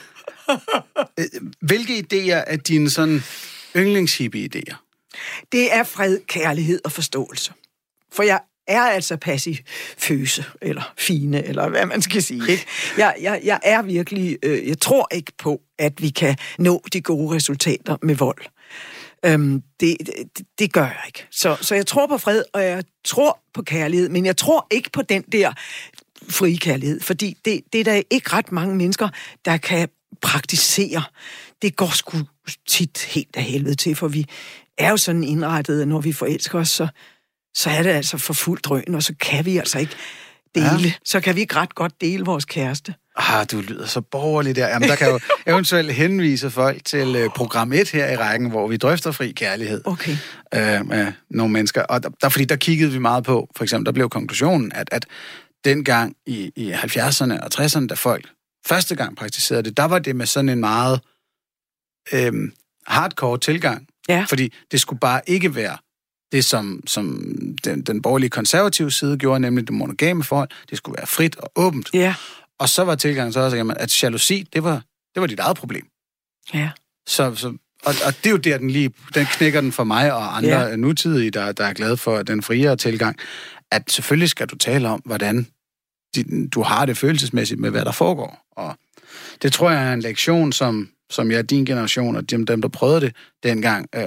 Hvilke idéer er dine sådan yndlingshippie-idéer? Det er fred, kærlighed og forståelse. For jeg er altså passiv føse, eller fine, eller hvad man skal sige. Ikke? Jeg, jeg, jeg er virkelig... Øh, jeg tror ikke på, at vi kan nå de gode resultater med vold. Øhm, det, det, det gør jeg ikke. Så, så jeg tror på fred, og jeg tror på kærlighed, men jeg tror ikke på den der frie kærlighed, fordi det, det er der ikke ret mange mennesker, der kan praktisere. Det går sgu tit helt af helvede til, for vi er jo sådan indrettet, at når vi forelsker os, så, så er det altså for fuld drøn, og så kan vi altså ikke dele. Ja. Så kan vi ikke ret godt dele vores kæreste. Ah, du lyder så borgerlig der. Jamen, der kan jo eventuelt henvise folk til uh, program et her i rækken, hvor vi drøfter fri kærlighed okay. uh, med nogle mennesker. Og der, der, fordi der kiggede vi meget på, for eksempel, der blev konklusionen, at, at dengang i, i halvfjerdserne og tresserne, da folk første gang praktiserede det, der var det med sådan en meget øhm, hardcore tilgang. Ja. Fordi det skulle bare ikke være det, som, som den, den borgerlige konservative side gjorde, nemlig det monogame forhold. Det skulle være frit og åbent. Ja. Og så var tilgangen så også, at jalousi, det var, det var dit eget problem. Ja. Så, så, og, og det er jo der, den lige, den knækker den for mig og andre ja. nutidige, der, der er glade for den friere tilgang, at selvfølgelig skal du tale om, hvordan du har det følelsesmæssigt med, hvad der foregår. Og det tror jeg er en lektion, som, som jeg er din generation, og dem, dem der prøvede det dengang. Øh,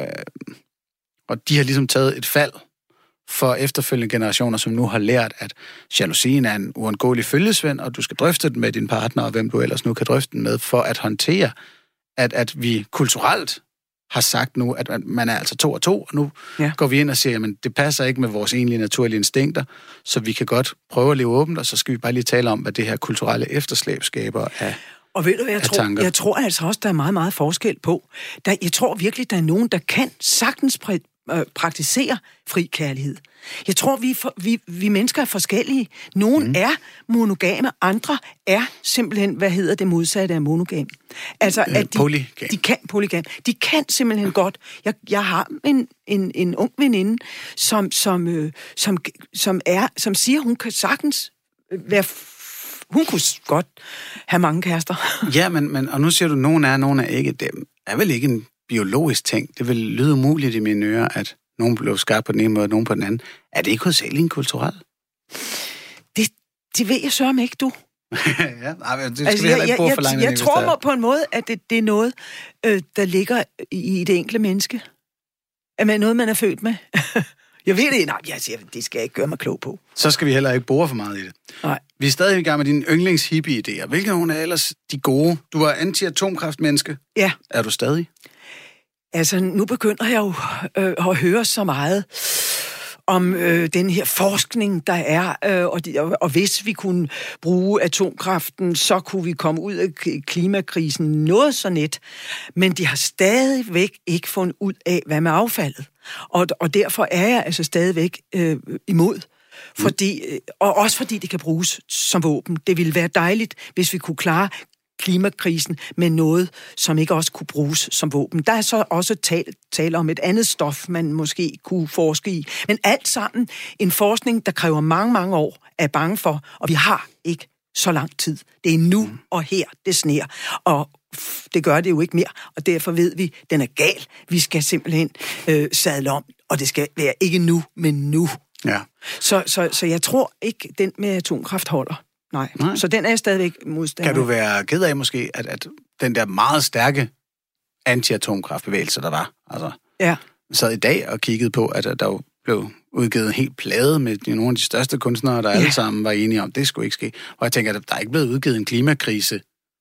og de har ligesom taget et fald for efterfølgende generationer, som nu har lært, at jalousien er en uundgåelig følgesvend, og du skal drøfte den med din partner, og hvem du ellers nu kan drøfte den med, for at håndtere, at, at vi kulturelt har sagt nu, at man er altså to og to, og nu ja. går vi ind og siger, at det passer ikke med vores egentlige naturlige instinkter, så vi kan godt prøve at leve åbent, og så skal vi bare lige tale om, hvad det her kulturelle efterslæb skaber af Og ved du hvad, jeg tror, jeg tror altså også, der er meget, meget forskel på. Der, jeg tror virkelig, der er nogen, der kan sagtens præ- øh, praktisere fri kærlighed. Jeg tror, vi, for, vi, vi mennesker er forskellige. Nogle mm. er monogame, andre er simpelthen, hvad hedder det modsatte af monogam. Altså, at de, polygam. de kan polygam. De kan simpelthen godt. Jeg, jeg har en, en, en ung veninde, som, som, øh, som, som, er, som siger, hun kan sagtens være... Hun kunne godt have mange kærester. Ja, men, men og nu siger du, at nogen er, nogen er ikke. Det er vel ikke en biologisk ting. Det vil lyde umuligt i mine ører, at nogen blev skabt på den ene måde, og nogen på den anden. Er det ikke hovedsageligt en kulturel? Det, det ved jeg sørme ikke, du. ja, nej, det skal altså, vi heller ikke bruge for langt. Jeg, jeg tror mig på en måde, at det, det er noget, øh, der ligger i det enkelte menneske. At man noget, man er født med. Jeg ved det, nej, jeg siger, det skal jeg ikke gøre mig klog på. Så skal vi heller ikke bore for meget i det. Nej. Vi er stadig i gang med dine yndlings-hippie-idéer. Hvilke nogle er ellers de gode? Du var anti-atomkraftmenneske. Ja. Er du stadig? Altså, nu begynder jeg jo øh, at høre så meget om øh, den her forskning, der er, øh, og, de, og, og hvis vi kunne bruge atomkraften, så kunne vi komme ud af klimakrisen noget så net. Men de har stadigvæk ikke fundet ud af, hvad med affaldet. Og, og derfor er jeg altså stadigvæk øh, imod. Fordi, og også fordi det kan bruges som våben. Det ville være dejligt, hvis vi kunne klare klimakrisen med noget, som ikke også kunne bruges som våben. Der er så også tale, tale om et andet stof, man måske kunne forske i. Men alt sammen en forskning, der kræver mange, mange år, er bange for, og vi har ikke så lang tid. Det er nu og her, det sner. Og det gør det jo ikke mere, og derfor ved vi, den er gal. Vi skal simpelthen øh, sadle om, og det skal være ikke nu, men nu. Ja. Så, så, så jeg tror ikke, den med atomkraft holder. Nej. Nej. Så den er stadigvæk modstander. Kan du være ked af måske, at, at den der meget stærke anti-atomkraftbevægelse, der var, altså, ja. sad i dag og kiggede på, at der jo blev udgivet en helt plade med nogle af de største kunstnere, der ja. alle sammen var enige om, det skulle ikke ske. Og jeg tænker, at der er ikke blevet udgivet en klimakrise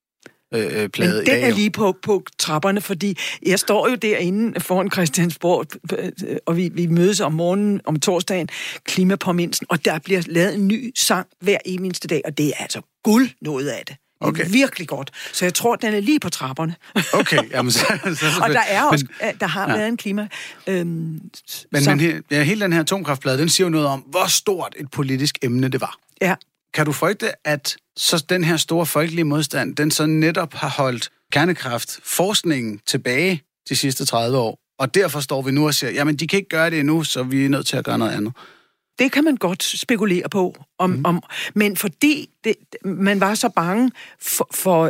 Øh, plade Men den er lige på, på trapperne, fordi jeg står jo derinde foran Christiansborg, og vi, vi mødes om morgenen, om torsdagen, klimapåmindelsen, og der bliver lavet en ny sang hver eneste dag, og det er altså guld noget af det. Okay. Det er virkelig godt. Så jeg tror, den er lige på trapperne. Okay, jamen så... så og der er også, men, der har ja. været en klima... Øhm, men, men he, ja, hele den her atomkraftplade, den siger jo noget om, hvor stort et politisk emne det var. Ja. Kan du frygte, at så den her store folkelige modstand, den så netop har holdt kernekraftforskningen tilbage de sidste tredive år, og derfor står vi nu og siger, jamen de kan ikke gøre det endnu, så vi er nødt til at gøre noget andet? Det kan man godt spekulere på, om, mm. om, men fordi det, man var så bange for, for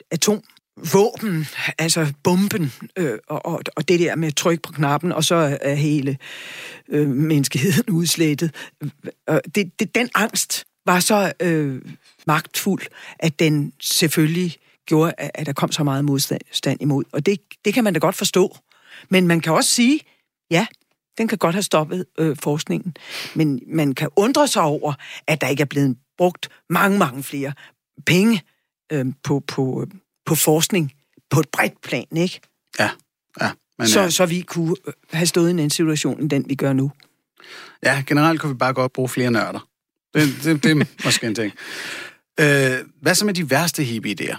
atomvåben, altså bomben, øh, og, og det der med tryk på knappen, og så er hele øh, menneskeheden udslettet. Det, det, den angst var så øh, magtfuld, at den selvfølgelig gjorde, at der kom så meget modstand imod. Og det, det kan man da godt forstå. Men man kan også sige, ja, den kan godt have stoppet øh, forskningen. Men man kan undre sig over, at der ikke er blevet brugt mange, mange flere penge øh, på, på, på forskning på et bredt plan, ikke? Ja, ja. Men, så, ja. så vi kunne have stået i en situation, end den vi gør nu. Ja, generelt kunne vi bare godt bruge flere nørder. Det, det, det er måske en ting. Øh, hvad så med de værste hippie-idéer?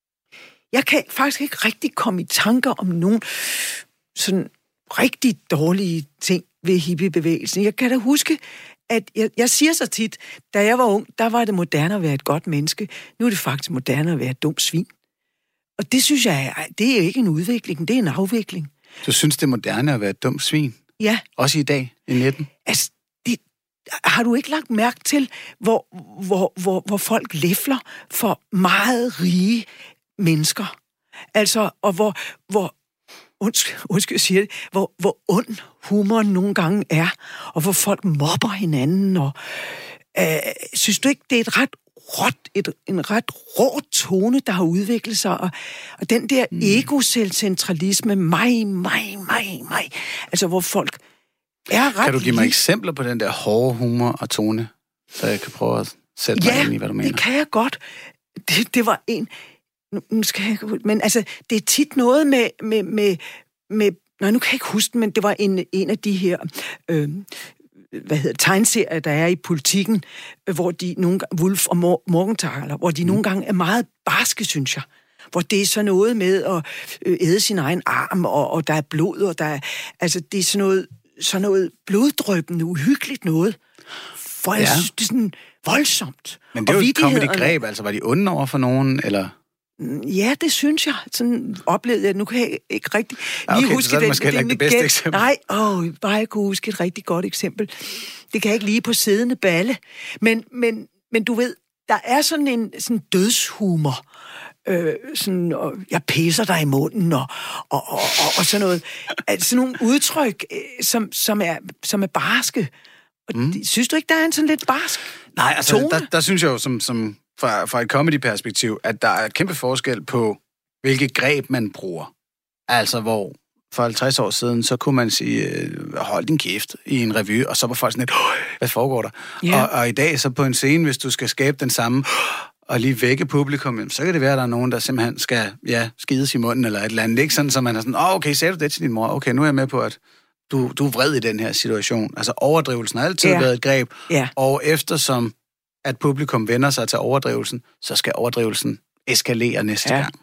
Jeg kan faktisk ikke rigtig komme i tanker om nogen sådan rigtig dårlige ting ved hippiebevægelsen. Jeg kan da huske, at jeg, jeg siger så tit, da jeg var ung, der var det moderne at være et godt menneske. Nu er det faktisk moderne at være et dumt svin. Og det synes jeg, det er ikke en udvikling, det er en afvikling. Du synes, det er moderne at være et dumt svin? Ja. Også i dag, i nitten? Altså, det, har du ikke lagt mærke til, hvor, hvor, hvor, hvor folk læfler for meget rige mennesker? Altså, og hvor, hvor undskyld, undskyld jeg siger det, hvor, hvor ond humor nogle gange er, og hvor folk mobber hinanden, og øh, synes du ikke, det er et ret råt, et, en ret rå tone, der har udviklet sig, og, og den der mm. ego-selvcentralisme, mig, mig, mig, mig, altså hvor folk er ret... Kan du give mig eksempler på den der hårde humor og tone, så jeg kan prøve at sætte mig ja, ind i, hvad du mener? Ja, det kan jeg godt. Det, det var en... Nu skal jeg ikke... Men altså, det er tit noget med... med, med, med nej, nu kan jeg ikke huske, men det var en, en af de her... Øh, hvad hedder tegneserier, der er i Politikken, hvor de nogle gange, Wolf og Morgenthaler, hvor de mm. nogle gange er meget barske, synes jeg. Hvor det er sådan noget med at æde sin egen arm, og, og der er blod, og der er... Altså, det er sådan noget, sådan noget bloddrøbende, uhyggeligt noget. For ja. Jeg synes, det er sådan voldsomt. Men det er jo et comedy-greb, altså var de onde over for nogen, eller... Ja, det synes jeg. Sådan oplevede jeg. Nu kan jeg ikke rigtig lige okay, huske så er det den. måske heller ikke det bedste gen... eksempel. Nej, åh, bare jeg kunne huske et rigtig godt eksempel. Det kan jeg ikke lige på siddende balle. Men, men, men du ved, der er sådan en sådan dødshumor. Øh, sådan, og jeg pisser dig i munden, og, og, og, og, og sådan noget. Altså sådan nogle udtryk, som, som, er, som er barske. Og mm. Synes du ikke, der er en sådan lidt barsk Nej, altså, tone? der, der synes jeg jo, som... som Fra, fra et comedy-perspektiv, at der er kæmpe forskel på, hvilke greb man bruger. Altså, hvor for halvtreds år siden, så kunne man sige, hold din kæft i en revy, og så var folk sådan lidt, hvad foregår der? Yeah. Og, og i dag, så på en scene, hvis du skal skabe den samme, og lige vække publikum, så kan det være, at der er nogen, der simpelthen skal, ja, skides i munden, eller et eller andet. Ikke sådan, så man er sådan, åh, oh, okay, sagde du det til din mor? Okay, nu er jeg med på, at du, du er vred i den her situation. Altså, overdrivelsen har altid yeah. været et greb, yeah. og eftersom at publikum vender sig til overdrivelsen, så skal overdrivelsen eskalere næste ja. gang.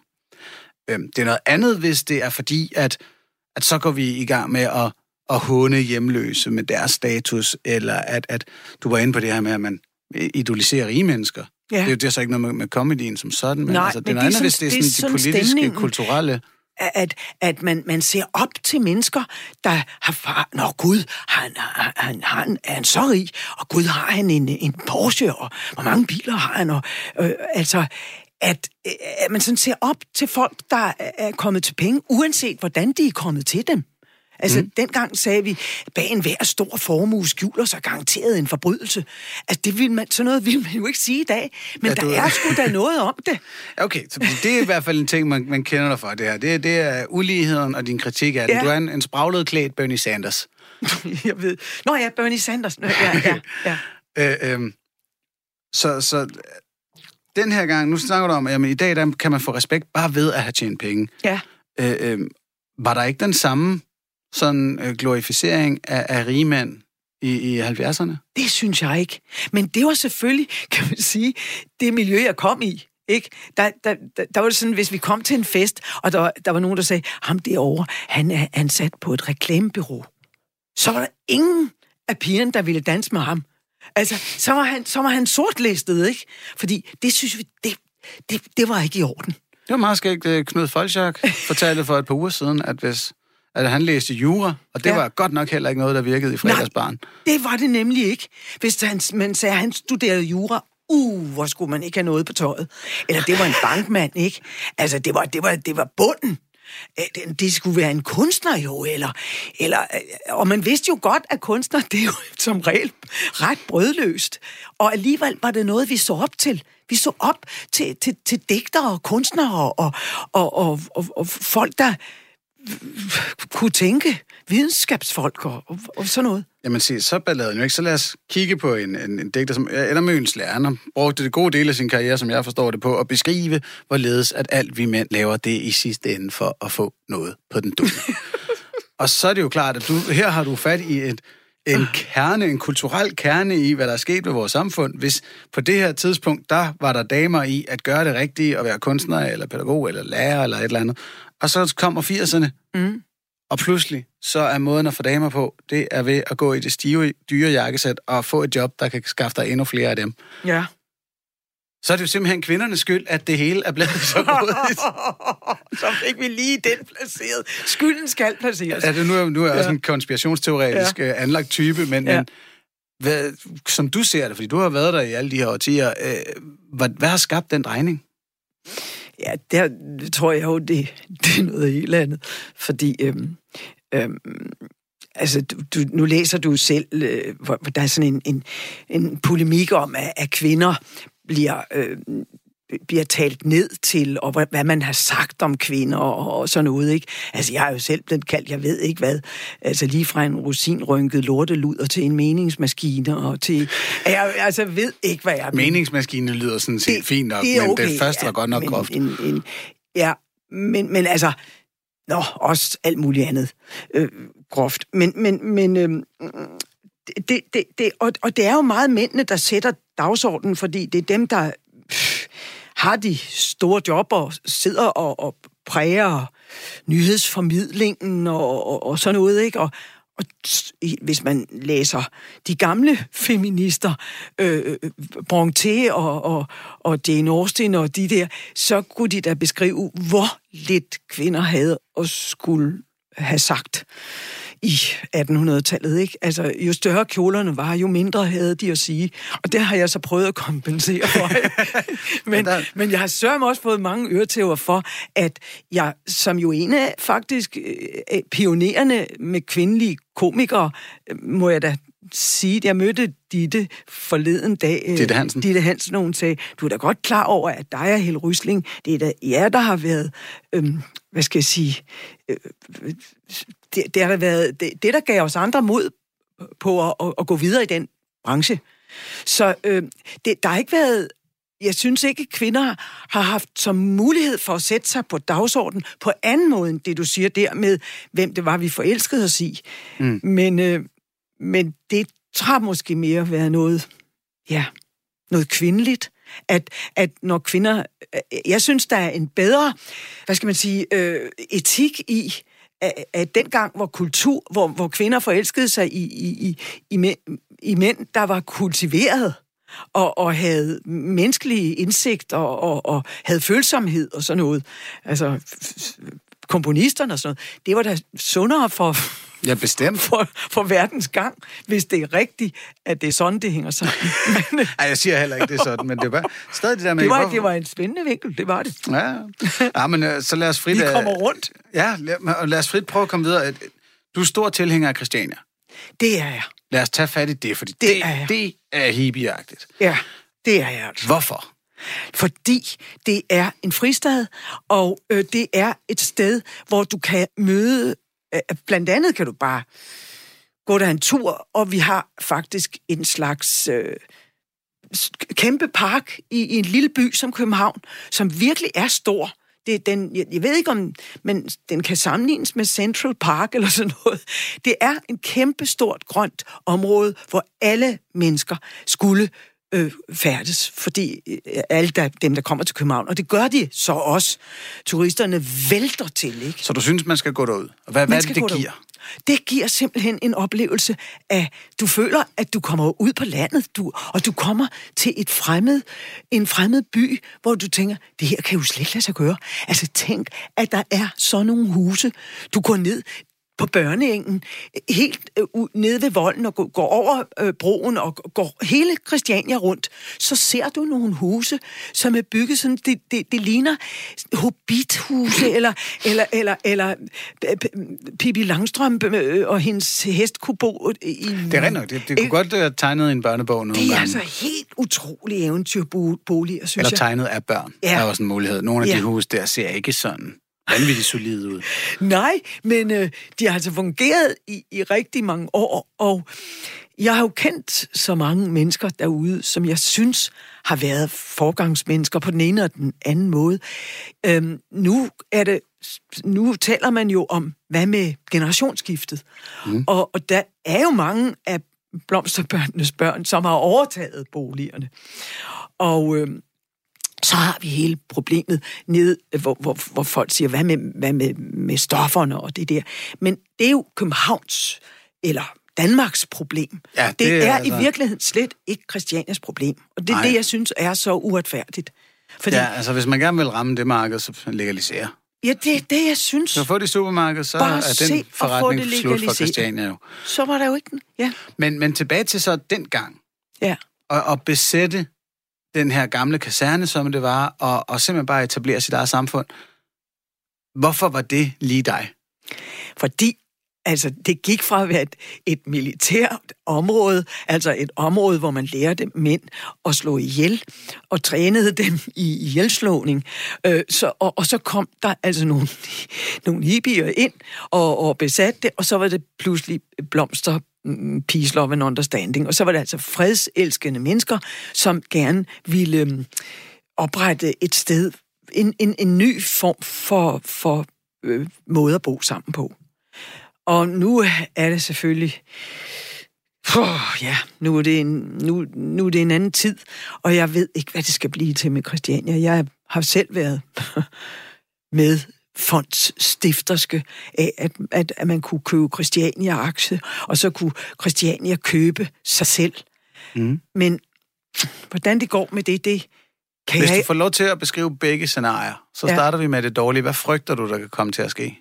Øhm, det er noget andet, hvis det er fordi, at, at så går vi i gang med at, at håne hjemløse med deres status, eller at, at du var inde på det her med, at man idoliserer rige mennesker. Ja. Det er jo det er så ikke noget med, med comedien som sådan, men, Nej, altså, det men er noget det er andet, sådan, hvis det er sådan, de politiske, stemningen. kulturelle... At, at man, man ser op til mennesker, der har far... Nå, Gud, han, han, han, han er han så rig, og Gud, har han en, en Porsche, og hvor mange biler har han, og øh, altså... At, at man sådan ser op til folk, der er kommet til penge, uanset hvordan de er kommet til dem. Altså, mm. dengang sagde vi, bag en hver stor formue skjuler sig garanteret en forbrydelse. Altså, det vil man, sådan noget vil man jo ikke sige i dag, men ja, der du... er sgu da noget om det. Okay, så det er i hvert fald en ting, man, man kender dig for, det her. Det, det er uligheden og din kritik af den. Ja. Du er en, en spraglet klædt Bernie Sanders. Jeg ved. Nå ja, Bernie Sanders. Nå, ja, ja, ja. øh, øh, så, så den her gang, nu snakker du om, at jamen, i dag der kan man få respekt bare ved at have tjent penge. Ja. Øh, øh, var der ikke den samme sådan øh, glorificering af, af rige mænd i, i halvfjerdserne? Det synes jeg ikke. Men det var selvfølgelig, kan man sige, det miljø, jeg kom i. Ikke? Der, der, der, der var det sådan, hvis vi kom til en fest, og der, der var nogen, der sagde, ham derovre, han er ansat på et reklamebureau. Så var der ingen af pigerne, der ville danse med ham. Altså, så var han, så var han sortlistet, ikke? Fordi det synes vi, det, det, det var ikke i orden. Det var meget skægt. Knud Folchak fortalte for et par uger siden, at hvis at han læste jura, og det ja. var godt nok heller ikke noget, der virkede i fredagsbarn. Nej, det var det nemlig ikke. Hvis han, man sagde, at han studerede jura, uh, hvor skulle man ikke have noget på tøjet. Eller det var en bankmand, ikke? Altså, det var, det var, det var bunden. Det, det skulle være en kunstner jo, eller, eller... Og man vidste jo godt, at kunstner, det er jo som regel ret brødløst. Og alligevel var det noget, vi så op til. Vi så op til, til, til digtere og kunstnere og, og, og, og, og folk, der kunne tænke, videnskabsfolk og, og, og sådan noget. Jamen se, så balladen jo ikke. Så lad os kigge på en, en, en digter, som Edda Mønslæger. Han brugte det gode del af sin karriere, som jeg forstår det på, at beskrive, hvorledes at alt vi mænd laver det i sidste ende for at få noget på den dumme. Og så er det jo klart, at du, her har du fat i et, en kerne, en kulturel kerne i, hvad der er sket ved vores samfund. Hvis på det her tidspunkt, der var der damer i at gøre det rigtige, at være kunstner, eller pædagog, eller lærer, eller et eller andet. Og så kommer firserne, mm. og pludselig så er måden at få damer på, det er ved at gå i det stive, dyre jakkesæt og få et job, der kan skaffe dig endnu flere af dem. Ja. Så er det jo simpelthen kvindernes skyld, at det hele er blevet så rådigt. Så fik vi lige den placeret. Skylden skal placeres. Ja, det, nu er, nu er jeg ja. også en konspirationsteoretisk ja. anlagt type, men, ja. men hvad, som du ser det, fordi du har været der i alle de her årtier, øh, hvad, hvad har skabt den drejning? Ja, der tror jeg jo, det, det er noget helt andet. Fordi, øhm, øhm, altså, du, du, nu læser du selv, øh, hvor, hvor der er sådan en, en, en polemik om, at, at kvinder bliver... Øh, bliver talt ned til, og hvad man har sagt om kvinder og, og sådan noget, ikke? Altså, jeg er jo selv blevet kaldt, jeg ved ikke hvad, altså lige fra en rosinrynket lorteluder til en meningsmaskine, og til, jeg altså ved ikke, hvad jeg er. Meningsmaskine lyder sådan set fint nok, det men okay, det første var ja, godt nok men, groft. En, en, ja, men, men altså, nå, også alt muligt andet øh, groft. Men, men, men øh, det, det, det, og, og det er jo meget mændene, der sætter dagsordenen, fordi det er dem, der pff, har de store job og sidder og, og præger nyhedsformidlingen og, og, og sådan noget, ikke? Og, og hvis man læser de gamle feminister, øh, Brontë og, og, og Jane Austen og de der, så kunne de da beskrive, hvor lidt kvinder havde og skulle have sagt i attenhundredetallet, ikke? Altså, jo større kjolerne var, jo mindre havde de at sige. Og det har jeg så prøvet at kompensere for. men, ja, der... men jeg har sørget også fået mange øretæver for, at jeg, som jo en af faktisk øh, pionererne med kvindelige komikere, må jeg da sige, at jeg mødte Ditte forleden dag. Ditte Hansen. Ditte Hansen, hun sagde, du er da godt klar over, at dig og Helle Rysling, det er da jer, der har været, øhm, hvad skal jeg sige, øh, det, det har været det, det, der gav os andre mod på at, at, at gå videre i den branche. Så øh, det, der har ikke været, jeg synes ikke, at kvinder har haft som mulighed for at sætte sig på dagsordenen på anden måde end det, du siger der med, hvem det var, vi forelskede os i. Mm. Men, øh, men det har måske mere været noget, ja, noget kvindeligt. At, at når kvinder... Jeg synes, der er en bedre, hvad skal man sige, øh, etik i, at, at dengang, hvor kultur, hvor, hvor kvinder forelskede sig i, i, i, i, mænd, i mænd, der var kultiveret og, og havde menneskelig indsigt og, og, og havde følsomhed og sådan noget. Altså, komponisterne og sådan noget. Det var da sundere for... Ja, bestemt. For, for verdens gang, hvis det er rigtigt, at det er sådan, det hænger sammen. Men, ej, jeg siger heller ikke, det er sådan, men det var stadig det der med... Det var, hvorfor... det var en spændende vinkel, det var det. Ja, ja men uh, så lad os frit... Vi kommer rundt. Ja, lad, lad os frit prøve at komme videre. Du er stor tilhænger af Christiania. Det er jeg. Lad os tage fat i det, fordi det, det, er, det er hippieagtigt. Ja, det er jeg altså. Hvorfor? Fordi det er en fristad, og øh, det er et sted, hvor du kan møde... Blandt andet kan du bare gå der en tur, og vi har faktisk en slags øh, kæmpe park i, i en lille by som København, som virkelig er stor. Det er den, jeg, jeg ved ikke om, men den kan sammenlignes med Central Park eller sådan noget. Det er en kæmpe stort grønt område, hvor alle mennesker skulle Øh, færdes, fordi øh, alle der, dem, der kommer til København, og det gør de så også. Turisterne vælter til, ikke? Så du synes, man skal gå derud? Og hvad, hvad er det, det giver? Derud. Det giver simpelthen en oplevelse af, du føler, at du kommer ud på landet, du, og du kommer til et fremmed, en fremmed by, hvor du tænker, det her kan jo slet ikke lade sig gøre. Altså tænk, at der er sådan nogle huse. Du går ned på Børneengen, helt øh, nede ved volden og går, går over øh, broen og går hele Christiania rundt, så ser du nogle huse, som er bygget sådan, det, det, det ligner hobbithuse, eller, eller, eller, eller Pippi Langstrømpe og hendes hest kunne bo i... Det er rent det, det kunne øh, godt have tegnet en børnebog nogle Det er gange. altså helt utrolige eventyrboliger, synes eller jeg. tegnet af børn, ja. Er også en mulighed. Nogle af ja. de huse der ser ikke sådan vanvittigt solide ud. Nej, men øh, de har altså fungeret i, i rigtig mange år, og jeg har jo kendt så mange mennesker derude, som jeg synes har været forgangsmennesker på den ene og den anden måde. Øhm, nu er det, nu taler man jo om, hvad med generationsskiftet? Mm. Og, og der er jo mange af blomsterbørnenes børn, som har overtaget boligerne. Og... Øh, så har vi hele problemet nede, hvor, hvor, hvor folk siger, hvad med, hvad med, med stofferne og det der. Men det er jo Københavns eller Danmarks problem. Ja, det, det er altså... i virkeligheden slet ikke Christianias problem. Og det er det, jeg synes er så uretfærdigt. Fordi... Ja, altså hvis man gerne vil ramme det marked, så legalisere. Ja, det er det, jeg synes. Så få det i supermarkedet, så bare er den forretning slut for Christiania jo. Så var der jo ikke den, ja. Men, men tilbage til så den gang. Ja. Og, og besætte den her gamle kaserne, som det var, og, og simpelthen bare etablere sit eget samfund. Hvorfor var det lige dig? Fordi, Altså, det gik fra at være et, et militært område, altså et område, hvor man lærte mænd at slå ihjel, og trænede dem i ihjelslåning. Øh, så, og, og så kom der altså nogle, nogle hippier ind og, og besatte det, og så var det pludselig blomster, peace, love and understanding. Og så var det altså fredselskende mennesker, som gerne ville um, oprette et sted, en, en, en ny form for, for øh, måde at bo sammen på. Og nu er det selvfølgelig... Puh, ja, nu er, det en, nu, nu er det en anden tid, og jeg ved ikke, hvad det skal blive til med Christiania. Jeg har selv været med fondsstifterske af, at, at, at man kunne købe Christiania-aktie, og så kunne Christiania købe sig selv. Mm. Men hvordan det går med det, det kan Hvis jeg... du får lov til at beskrive begge scenarier, så ja. starter vi med det dårlige. Hvad frygter du, der kan komme til at ske?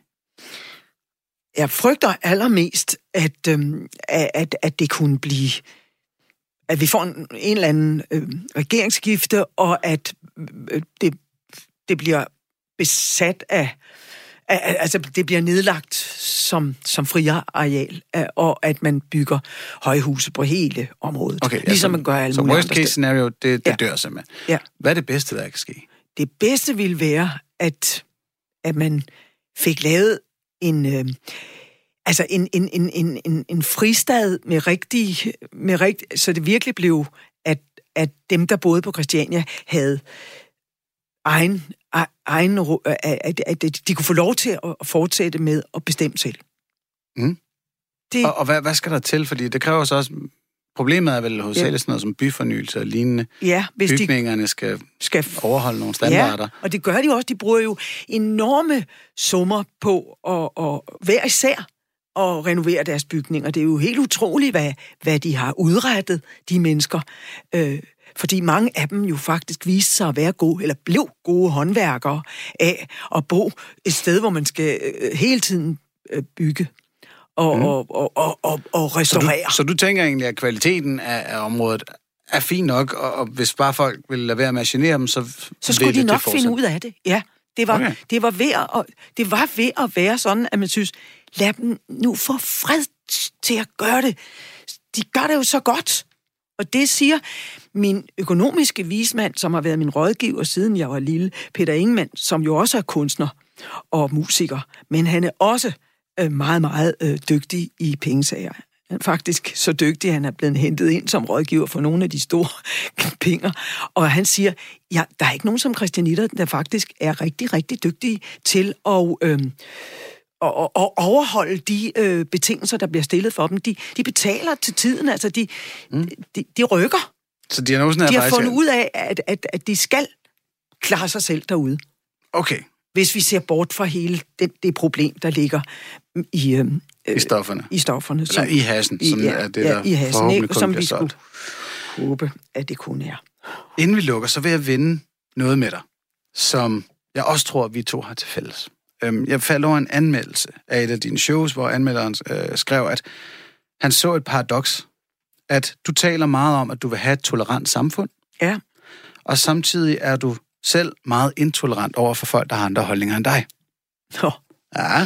Jeg frygter allermest, at, øhm, at, at det kunne blive, at vi får en, en eller anden øh, regeringsskifte, og at øh, det, det bliver besat af, af, altså det bliver nedlagt som, som friere areal, og at man bygger højhuse på hele området, okay, ja, ligesom man gør alle så mulige worst case scenario, det, det ja. dør simpelthen. Ja. Hvad er det bedste, der kan ske? Det bedste ville være, at, at man fik lavet en, øh, altså en, en, en, en, en, en fristad med rigtig, med rigtig, så det virkelig blev, at, at dem, der boede på Christiania, havde egen, egen at, at de kunne få lov til at fortsætte med at bestemme selv. Mm. Det, og og hvad, hvad skal der til? Fordi det kræver så også... Problemet er vel hovedsageligt ja. sådan noget som byfornyelse og lignende. Ja, hvis bygningerne de skal, skal overholde nogle standarder. Ja, og det gør de jo også. De bruger jo enorme summer på at, at hver især at renovere deres bygninger. Det er jo helt utroligt, hvad, hvad de har udrettet, de mennesker. Øh, fordi mange af dem jo faktisk viste sig at være gode, eller blev gode håndværkere af at bo et sted, hvor man skal øh, hele tiden øh, bygge. Og, mm. og, og, og, og, og restaurere. Så du, så du tænker egentlig, at kvaliteten af, af området er fin nok, og, og hvis bare folk vil lade være med at genere dem, så... Så skulle de nok finde ud af det, ja. Det var, okay. det, var ved at, det var ved at være sådan, at man synes, lad dem nu få fred til at gøre det. De gør det jo så godt. Og det siger min økonomiske vismand, som har været min rådgiver siden jeg var lille, Peter Ingemann, som jo også er kunstner og musiker, men han er også meget, meget øh, dygtig i pengesager. Han er faktisk så dygtig, at han er blevet hentet ind som rådgiver for nogle af de store penger. Og han siger, ja, der er ikke nogen som Christianitter, der faktisk er rigtig, rigtig dygtige til at, øh, at, at overholde de øh, betingelser, der bliver stillet for dem. De, de betaler til tiden, altså de, mm. de, de rykker. Så diagnosen er de har faktisk... fundet ud af, at, at, at de skal klare sig selv derude. Okay. Hvis vi ser bort fra hele det, det problem, der ligger i, øh, I stofferne. I stofferne. Som, Eller i hassen, som ja, er det, ja, der i hassen, forhåbentlig kun som bliver vi solgt. skulle håbe, at det kun er. Inden vi lukker, så vil jeg vende noget med dig, som jeg også tror, vi to har til fælles. Jeg faldt over en anmeldelse af et af dine shows, hvor anmelderen øh, skrev, at han så et paradoks, at du taler meget om, at du vil have et tolerant samfund, ja. og samtidig er du selv meget intolerant over for folk, der har andre holdninger end dig. Oh. Ja.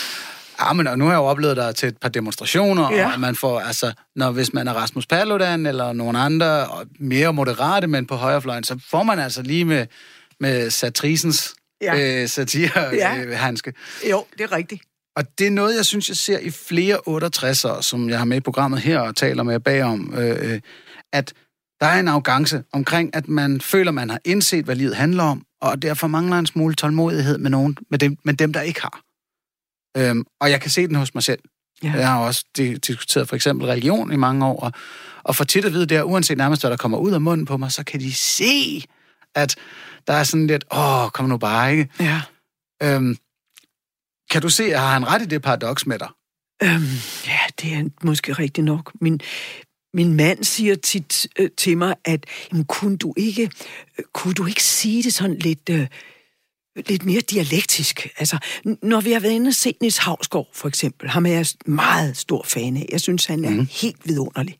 Ja, men nu har jeg jo oplevet dig til et par demonstrationer, ja. og man får, altså, når hvis man er Rasmus Paludan eller nogen andre, og mere moderate, men på højrefløjen, så får man altså lige med, med Satrisens ja. øh, satire-handske. Ja. Jo, det er rigtigt. Og det er noget, jeg synes, jeg ser i flere otteogtredsere, som jeg har med i programmet her og taler med bagom, øh, at der er en arrogance omkring, at man føler, man har indset, hvad livet handler om, og derfor mangler en smule tålmodighed med nogen, med dem, med dem der ikke har. Øhm, og jeg kan se den hos mig selv. Ja. Jeg har også diskuteret for eksempel religion i mange år, og, og for tit at vide der, uanset nærmest, hvad der kommer ud af munden på mig, så kan de se, at der er sådan lidt, åh, kom nu bare, ikke? Ja. Øhm, kan du se, at har han ret i det paradoks med dig? Øhm, ja, det er måske rigtigt nok. Min, min mand siger tit øh, til mig, at jamen, kunne, du ikke, øh, kunne du ikke sige det sådan lidt... Øh, lidt mere dialektisk. Altså, når vi har været inde og set Niels Hausgaard, for eksempel, ham er jeg meget stor fan af. Jeg synes, han er mm. helt vidunderlig.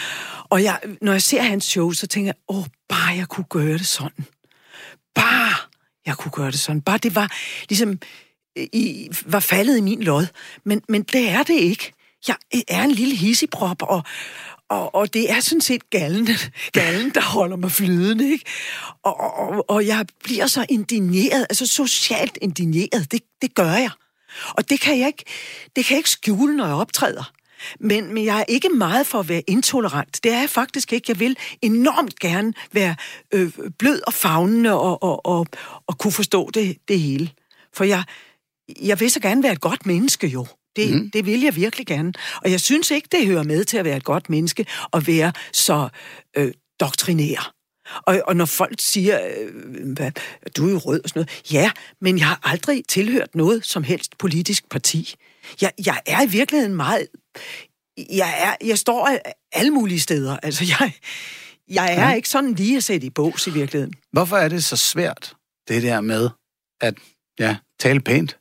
Og jeg, når jeg ser hans show, så tænker jeg, åh, bare jeg kunne gøre det sådan. Bare jeg kunne gøre det sådan. Bare det var ligesom i, var faldet i min lod. Men, men det er det ikke. Jeg er en lille hissigprop, og, og, og det er sådan set gallen, gallen, der holder mig flydende, ikke? Og, og, og jeg bliver så indigneret, altså socialt indigneret, det, det gør jeg. Og det kan jeg ikke, det kan jeg ikke skjule, når jeg optræder. Men, men jeg er ikke meget for at være intolerant. Det er jeg faktisk ikke. Jeg vil enormt gerne være øh, blød og favnende og, og, og, og kunne forstå det, det hele. For jeg, jeg vil så gerne være et godt menneske, jo. Det, mm. det vil jeg virkelig gerne. Og jeg synes ikke, det hører med til at være et godt menneske og være så øh, doktrinær. Og, og når folk siger, øh, hvad, du er jo rød og sådan noget, ja, men jeg har aldrig tilhørt noget som helst politisk parti. Jeg, jeg er i virkeligheden meget... Jeg, er, jeg står alle mulige steder. Altså, jeg, jeg er ja. ikke sådan lige at sætte i bås i virkeligheden. Hvorfor er det så svært, det der med at ja, tale pænt?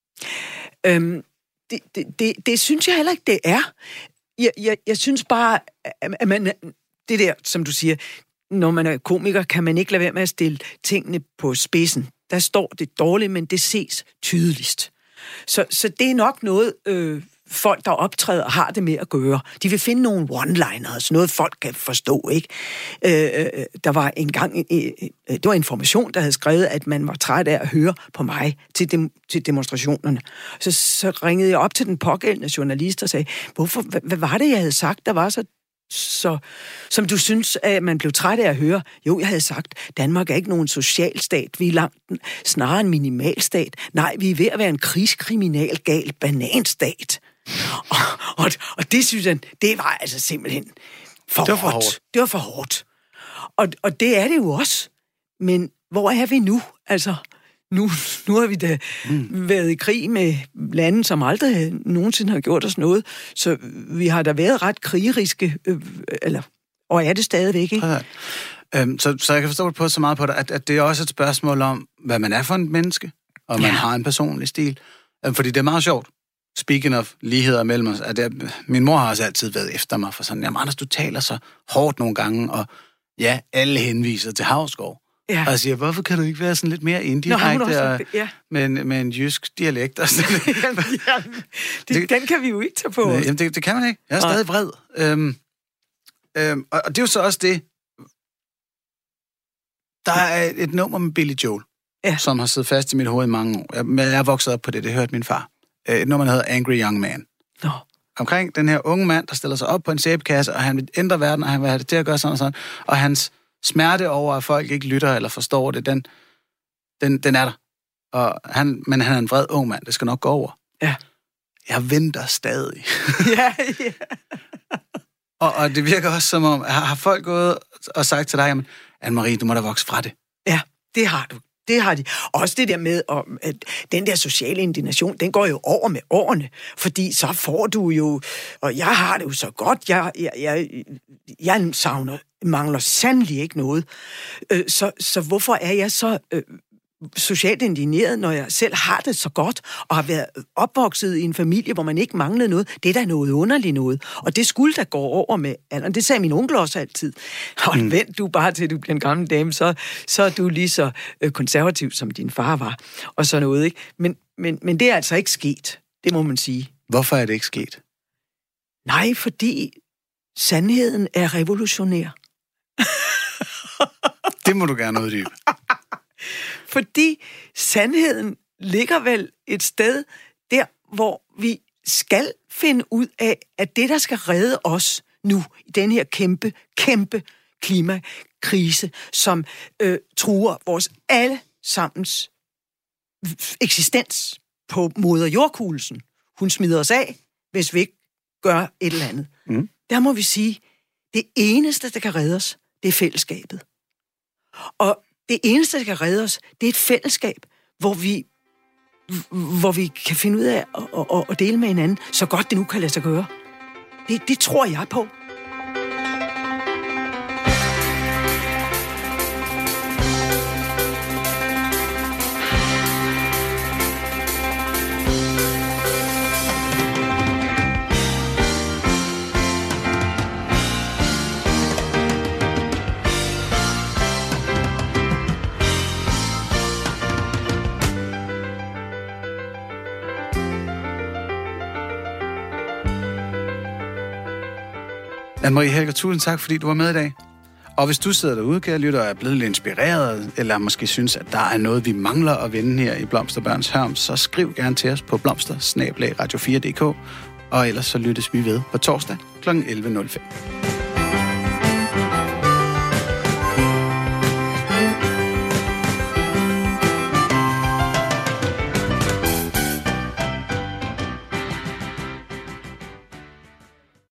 Øhm, det, det, det, det synes jeg heller ikke, det er. Jeg, jeg, jeg synes bare, at man... Det der, som du siger, når man er komiker, kan man ikke lade være med at stille tingene på spidsen. Der står det dårligt, men det ses tydeligst. Så, så det er nok noget, øh, folk, der optræder, har det med at gøre. De vil finde nogle one-liners, noget folk kan forstå, ikke? Øh, der var engang, øh, det var Information, der havde skrevet, at man var træt af at høre på mig til, dem, til demonstrationerne. Så, så ringede jeg op til den pågældende journalist og sagde, hvorfor, hvad, hvad var det, jeg havde sagt, der var så Så, som du synes, at man blev træt af at høre. Jo, jeg havde sagt, Danmark er ikke nogen socialstat. Vi er langt snarere en minimalstat. Nej, vi er ved at være en krigskriminal, gal bananstat. Og, og, og det synes jeg, det var altså simpelthen for, det var for hårdt. hårdt. Det var for hårdt. Og, og det er det jo også. Men hvor er vi nu? Altså... Nu, nu har vi da mm. været i krig med lande, som aldrig nogensinde har gjort os noget. Så vi har da været ret krigeriske, øh, eller, og er det stadigvæk, ikke? Ja. Øhm, så, så jeg kan forstå på så meget på det, at, at det er også et spørgsmål om, hvad man er for en menneske, og man ja. har en personlig stil. Øhm, fordi det er meget sjovt. Speaking of ligheder mellem os, at jeg, min mor har også altid været efter mig for sådan, jamen Anders, du taler så hårdt nogle gange, og ja, alle henviser til Hausgaard. Ja. Og jeg siger, hvorfor kan du ikke være sådan lidt mere indirekte og ja. med, med en jysk dialekt? Og sådan. Jamen, ja, det, det, den kan vi jo ikke tage på. Nej, jamen, det, det kan man ikke. Jeg er stadig vred. Øhm, øhm, og, og det er jo så også det. Der er et nummer med Billy Joel, ja. som har siddet fast i mit hoved i mange år. Jeg, jeg er vokset op på det, det hørte min far. Et nummer, der hedder Angry Young Man. Nå. Omkring den her unge mand, der stiller sig op på en sæbekasse, og han vil ændre verden, og han vil have det til at gøre sådan og sådan. Og hans smerte over, at folk ikke lytter eller forstår det, den, den, den er der. Og han, men han er en vred ung mand, det skal nok gå over. Ja. Jeg venter stadig. ja, ja. og, og det virker også som om, har, har folk gået og sagt til dig, jamen, Anne-Marie, du må da vokse fra det. Ja, det har du. Det har de. Også det der med, at den der sociale indignation, den går jo over med årene, fordi så får du jo, og jeg har det jo så godt, jeg, jeg, jeg, jeg savner, mangler sandelig ikke noget. Så, så hvorfor er jeg så øh, socialt indigneret, når jeg selv har det så godt, og har været opvokset i en familie, hvor man ikke manglede noget? Det er da noget underligt noget. Og det skulle da gå over med alderen. Det sagde min onkel også altid. Og mm. vent du bare til, du bliver en gammel dame, så, så er du lige så konservativ, som din far var. Og sådan noget, ikke? Men, men, men det er altså ikke sket. Det må man sige. Hvorfor er det ikke sket? Nej, fordi sandheden er revolutionær. Det må du gerne uddybe. Fordi sandheden ligger vel et sted der, hvor vi skal finde ud af, at det, der skal redde os nu, i den her kæmpe, kæmpe klimakrise, som øh, truer vores allesammens eksistens på moder jordkuglen. Hun smider os af, hvis vi ikke gør et eller andet. Mm. Der må vi sige, det eneste, der kan redde os, det er fællesskabet. Og det eneste, der kan redde os, det er et fællesskab, hvor vi, hvor vi kan finde ud af at, at, at dele med hinanden, så godt det nu kan lade sig gøre. Det, det tror jeg på. Anne-Marie Helger, tusind tak, fordi du var med i dag. Og hvis du sidder derude, kære lytter, og er blevet lidt inspireret, eller måske synes, at der er noget, vi mangler at vende her i Blomsterbørns Hørm, så skriv gerne til os på blomster bindestreg radio fire punktum d k, og ellers så lyttes vi ved på torsdag kl elleve nul fem.